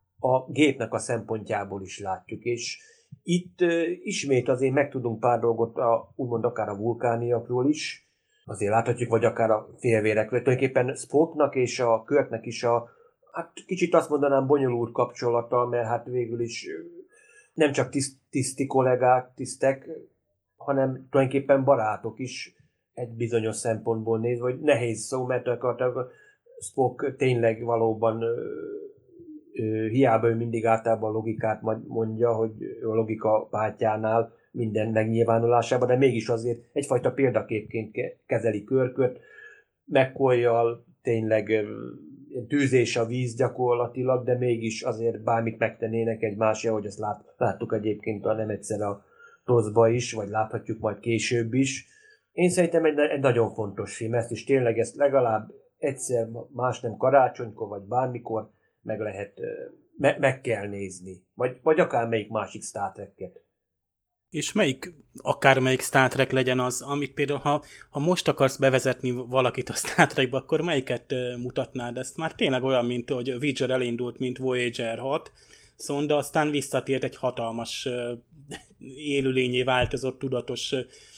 a gépnek a szempontjából is látjuk, és itt ismét azért megtudunk pár dolgot, úgymond akár a vulkániakról is, azért láthatjuk, vagy akár a félvérekről. Tulajdonképpen Spocknak és a Kirknek is hát kicsit azt mondanám bonyolult kapcsolata, mert hát végül is nem csak tiszti kollégák, tisztek, hanem tulajdonképpen barátok is egy bizonyos szempontból nézve, hogy nehéz szó, mert Spock tényleg valóban hiába ő mindig általában a logikát mondja, hogy a logika pártjánál minden megnyilvánulásában, de mégis azért egyfajta példaképként kezeli Kirköt, McCoy-jal tényleg tűzés a víz gyakorlatilag, de mégis azért bármit megtennének egymásra, ahogy ezt láttuk egyébként nem egyszer a TOS-ba is, vagy láthatjuk majd később is. Én szerintem egy nagyon fontos film, ezt legalább egyszer, más nem karácsonykor, vagy bármikor meg kell nézni. Vagy akármelyik másik Star Trek-et. És akármelyik Star Trek legyen az, amit például, ha most akarsz bevezetni valakit a Star Trekbe, akkor melyiket mutatnád? Ezt már tényleg olyan, mint hogy Voyager elindult, mint Voyager 6 szonda, aztán visszatért egy hatalmas élőlényé változott, tudatos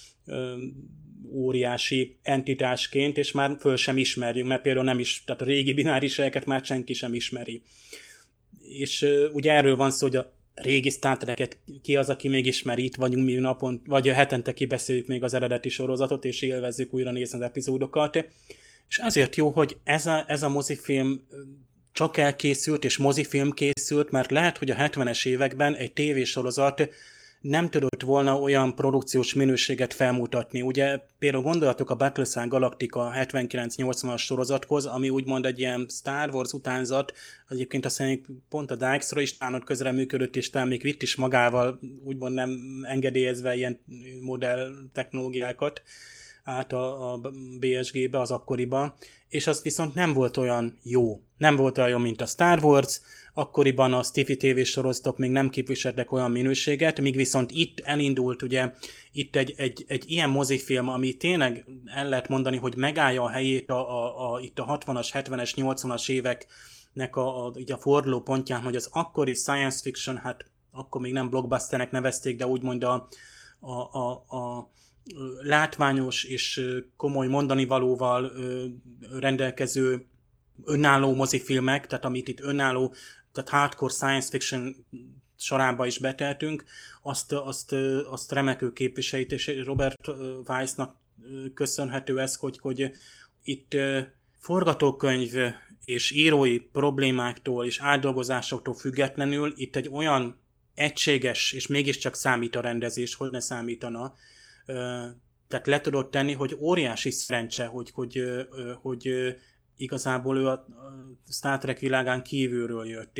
óriási entitásként, és már föl sem ismerjük, mert például tehát a régi bináriseket már senki sem ismeri. És ugye erről van szó, hogy a régi Star Trek-et ki az, aki még ismeri, itt vagyunk mi napon, vagy hetente kibeszéljük még az eredeti sorozatot, és élvezzük újra nézni az epizódokat. És ezért jó, hogy ez a mozifilm csak elkészült, és mozifilm készült, mert lehet, hogy a 70-es években egy tévésorozat nem tudott volna olyan produkciós minőséget felmutatni. Ugye például gondolatok a Battlestar Galactica 79-80-as sorozathoz, ami úgymond egy ilyen Star Wars utánzat, egyébként azt mondjuk pont a Dykes-ra is tánod közre működött, és talán még vitt is magával, úgymond nem engedélyezve ilyen modell technológiákat át a BSG-be, az akkoriban, és az viszont nem volt olyan jó. Nem volt olyan jó, mint a Star Wars, akkoriban a sci-fi tévésorozatok még nem képviseltek olyan minőséget, míg viszont itt elindult ugye itt egy ilyen mozifilm, ami tényleg el lehet mondani, hogy megállja a helyét itt a 60-as, 70-es, 80-as éveknek így a forduló pontján, hogy az akkori science fiction, hát akkor még nem blockbusternek nevezték, de úgymond a látványos és komoly mondanivalóval rendelkező önálló mozifilmek, tehát amit itt önálló, tehát hardcore science fiction sorában is beteltünk, azt remekül képviseljét, és Robert Weissnak köszönhető ez, hogy itt forgatókönyv és írói problémáktól és átdolgozásoktól függetlenül itt egy olyan egységes, és mégiscsak számít a rendezés, hogy ne számítana, tehát le tudott tenni, hogy óriási szerencse, hogy igazából ő a Star Trek világán kívülről jött,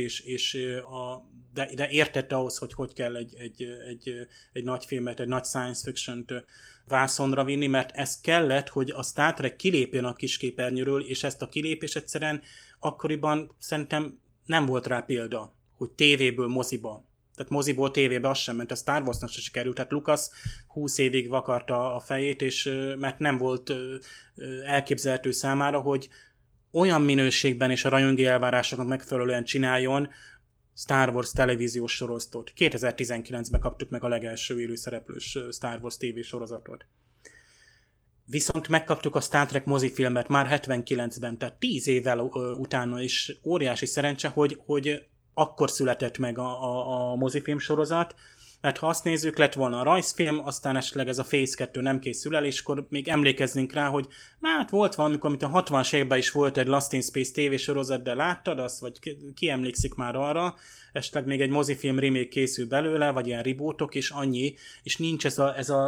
de értette ahhoz, hogy kell egy nagy filmet, egy nagy science fiction-t vászonra vinni, mert ez kellett, hogy a Star Trek kilépjen a kisképernyőről, és ezt a kilépés egyszerűen akkoriban szerintem nem volt rá példa, hogy tévéből moziba. Tehát moziból tévébe az sem ment, a Star Warsnak se sikerült. Tehát Lucas 20 évig vakarta a fejét, és mert nem volt elképzelhető számára, hogy olyan minőségben és a rajongói elvárásoknak megfelelően csináljon Star Wars televíziós sorozatot. 2019-ben kaptuk meg a legelső élőszereplős Star Wars tévésorozatot. Viszont megkaptuk a Star Trek mozifilmet már 79-ben, tehát 10 évvel utána is óriási szerencse, hogy akkor született meg a mozifilm sorozat, mert ha azt nézzük, lett volna a rajzfilm, aztán esetleg ez a Phase 2 nem készül el, és akkor még emlékezzünk rá, hogy hát volt valamikor, amit a 60-as években is volt egy Lost in Space tévésorozat, de láttad azt, vagy ki emlékszik már arra, esetleg még egy mozifilm remake készül belőle, vagy ilyen rebootok, és annyi, és nincs ez a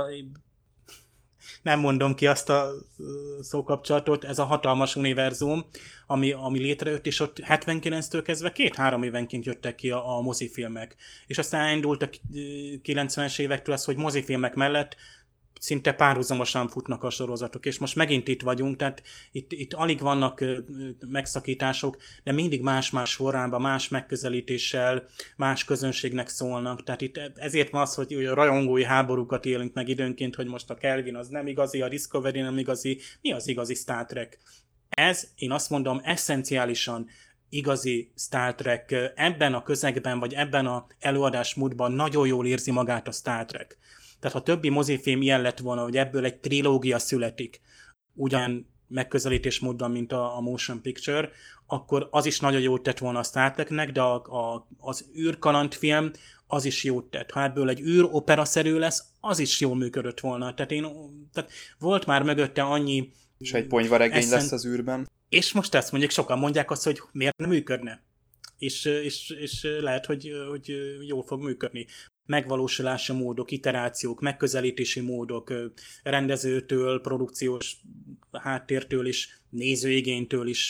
nem mondom ki azt a szókapcsolatot, ez a hatalmas univerzum, ami létrejött, és ott 79-től kezdve 2-3 évenként jöttek ki a mozifilmek. És aztán elindult a 90-es évektől az, hogy mozifilmek mellett szinte párhuzamosan futnak a sorozatok, és most megint itt vagyunk, tehát itt alig vannak megszakítások, de mindig más-más forrában, más megközelítéssel, más közönségnek szólnak, tehát itt ezért van az, hogy a rajongói háborúkat élünk meg időnként, hogy most a Kelvin az nem igazi, a Discovery nem igazi, mi az igazi Star Trek? Ez, én azt mondom, eszenciálisan igazi Star Trek, ebben a közegben, vagy ebben a előadásmódban nagyon jól érzi magát a Star Trek. Tehát ha többi mozifilm ilyen lett volna, hogy ebből egy trilógia születik, ugyan megközelítésmódban, mint a motion picture, akkor az is nagyon jót tett volna a Star Treknek, de az űrkalandfilm az is jót tett. Ha ebből egy űropera-szerű lesz, az is jól működött volna. Tehát volt már mögötte annyi... És egy ponyvaregény lesz az űrben. És most ezt mondjuk, sokan mondják azt, hogy miért nem működne. És lehet, hogy jól fog működni. Megvalósulási módok, iterációk, megközelítési módok, rendezőtől, produkciós háttértől is, nézőigénytől is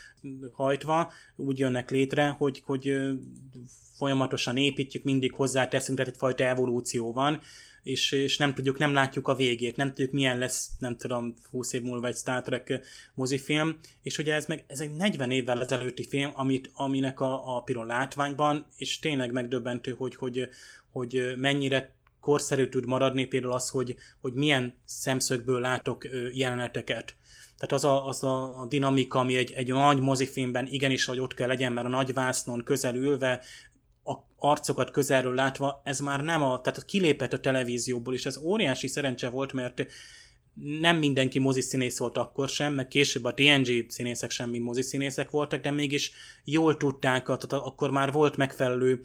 hajtva úgy jönnek létre, hogy folyamatosan építjük, mindig hozzáteszünk, tehát egyfajta evolúció van, és nem látjuk a végét, nem tudjuk milyen lesz, nem tudom, 20 év múlva egy Star Trek mozifilm, és ugye ez egy 40 évvel ezelőtti film, aminek a például látványban, és tényleg megdöbbentő, hogy mennyire korszerű tud maradni, például az, hogy milyen szemszögből látok jeleneteket. Tehát az a dinamika, ami egy nagy mozifilmben igenis, hogy ott kell legyen, mert a nagy vásznon közel ülve, a arcokat közelről látva, ez már nem tehát kilépett a televízióból, és ez óriási szerencse volt, mert nem mindenki moziszínész volt akkor sem, meg később a TNG színészek sem mind moziszínészek voltak, de mégis jól tudták, tehát akkor már volt megfelelő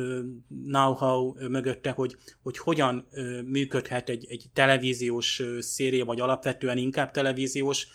know-how mögötte, hogy hogyan működhet egy televíziós széria, vagy alapvetően inkább televíziós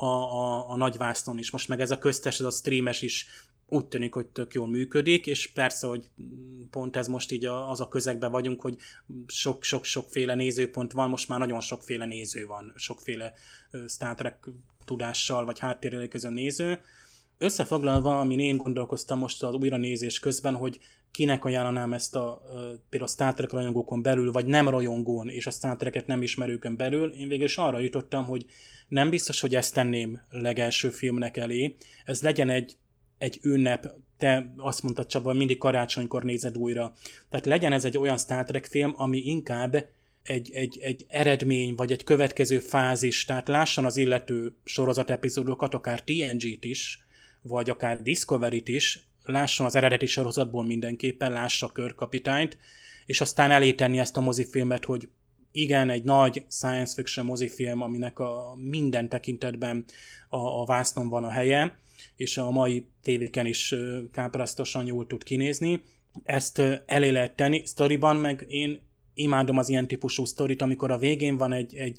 a nagyvásznon is. Most meg ez a köztes, ez a streames is úgy tűnik, hogy tök jól működik, és persze, hogy pont ez most így az a közegben vagyunk, hogy sokféle nézőpont van, most már nagyon sokféle néző van, sokféle Star Trek tudással, vagy háttérjelentkező néző. Összefoglalva, amin én gondolkoztam most az újranézés közben, hogy kinek ajánlanám ezt például a Star Trek rajongókon belül, vagy nem rajongón, és a Star Treket nem ismerőkön belül, én végül is arra jutottam, hogy nem biztos, hogy ezt tenném legelső filmnek elé. Ez legyen egy ünnep, te azt mondtad, Csaba, mindig karácsonykor nézed újra. Tehát legyen ez egy olyan Star Trek film, ami inkább egy eredmény, vagy egy következő fázis, tehát lássan az illető sorozat epizódokat, akár TNG-t is, vagy akár Discovery-t is, lásson az eredeti sorozatból mindenképpen, lássa Kirk kapitányt, és aztán elé tenni ezt a mozifilmet, hogy igen, egy nagy science fiction mozifilm, aminek a minden tekintetben a vásznon van a helye, és a mai tévéken is kápráztosan jól tud kinézni. Ezt elé lehet tenni. Sztoriban meg én imádom az ilyen típusú sztorit, amikor a végén van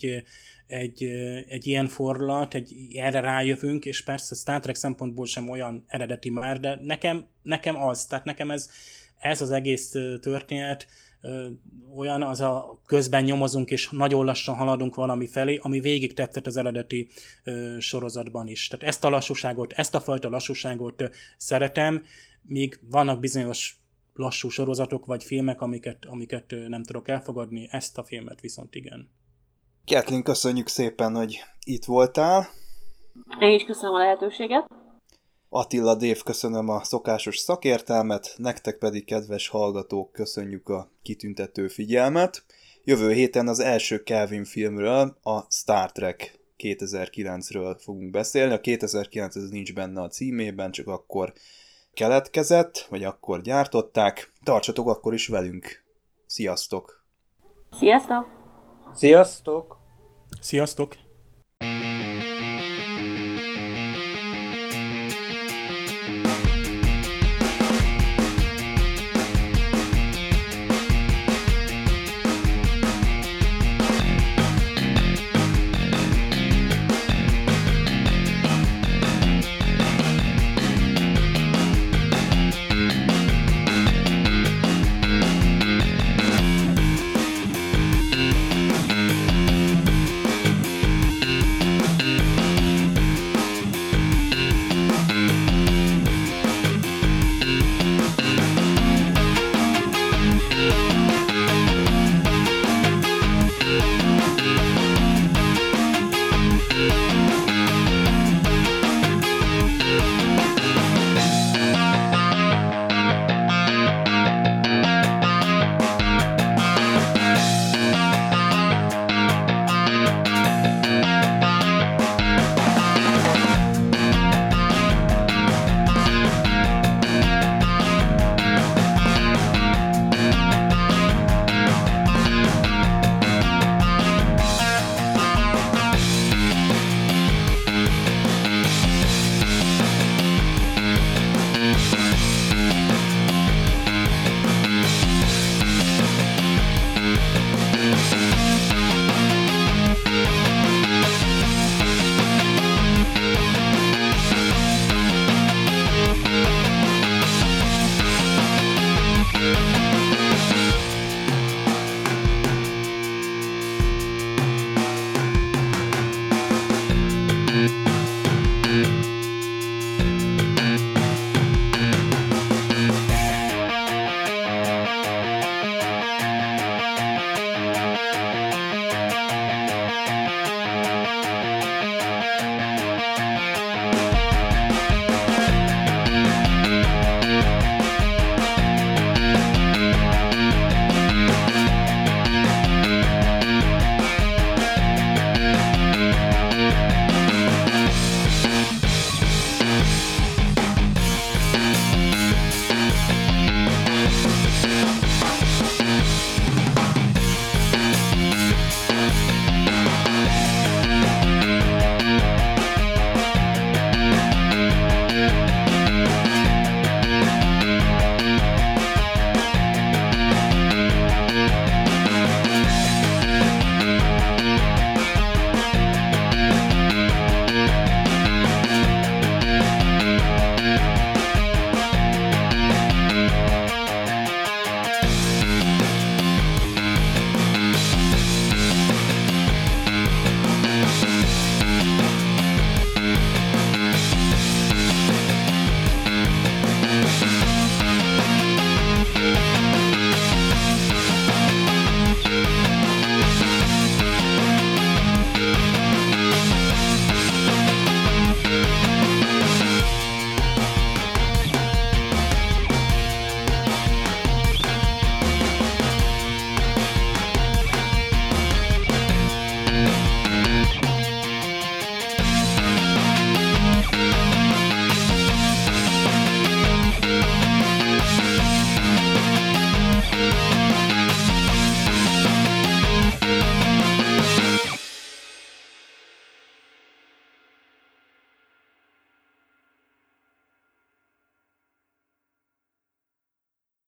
egy ilyen fordulat, erre rájövünk, és persze Star Trek szempontból sem olyan eredeti már, de nekem az, tehát nekem ez az egész történet olyan, az a közben nyomozunk, és nagyon lassan haladunk valami felé, ami végig tetszett az eredeti sorozatban is. Tehát ezt a fajta lassúságot szeretem, míg vannak bizonyos lassú sorozatok vagy filmek, amiket nem tudok elfogadni, ezt a filmet viszont igen. Kathleen, köszönjük szépen, hogy itt voltál. Én is köszönöm a lehetőséget. Attila, Dave, köszönöm a szokásos szakértelmet, nektek pedig, kedves hallgatók, köszönjük a kitüntető figyelmet. Jövő héten az első Kelvin filmről, a Star Trek 2009-ről fogunk beszélni. A 2009 ez nincs benne a címében, csak akkor keletkezett, vagy akkor gyártották. Tartsatok akkor is velünk. Sziasztok! Sziasztok! Sziasztok! Sziasztok!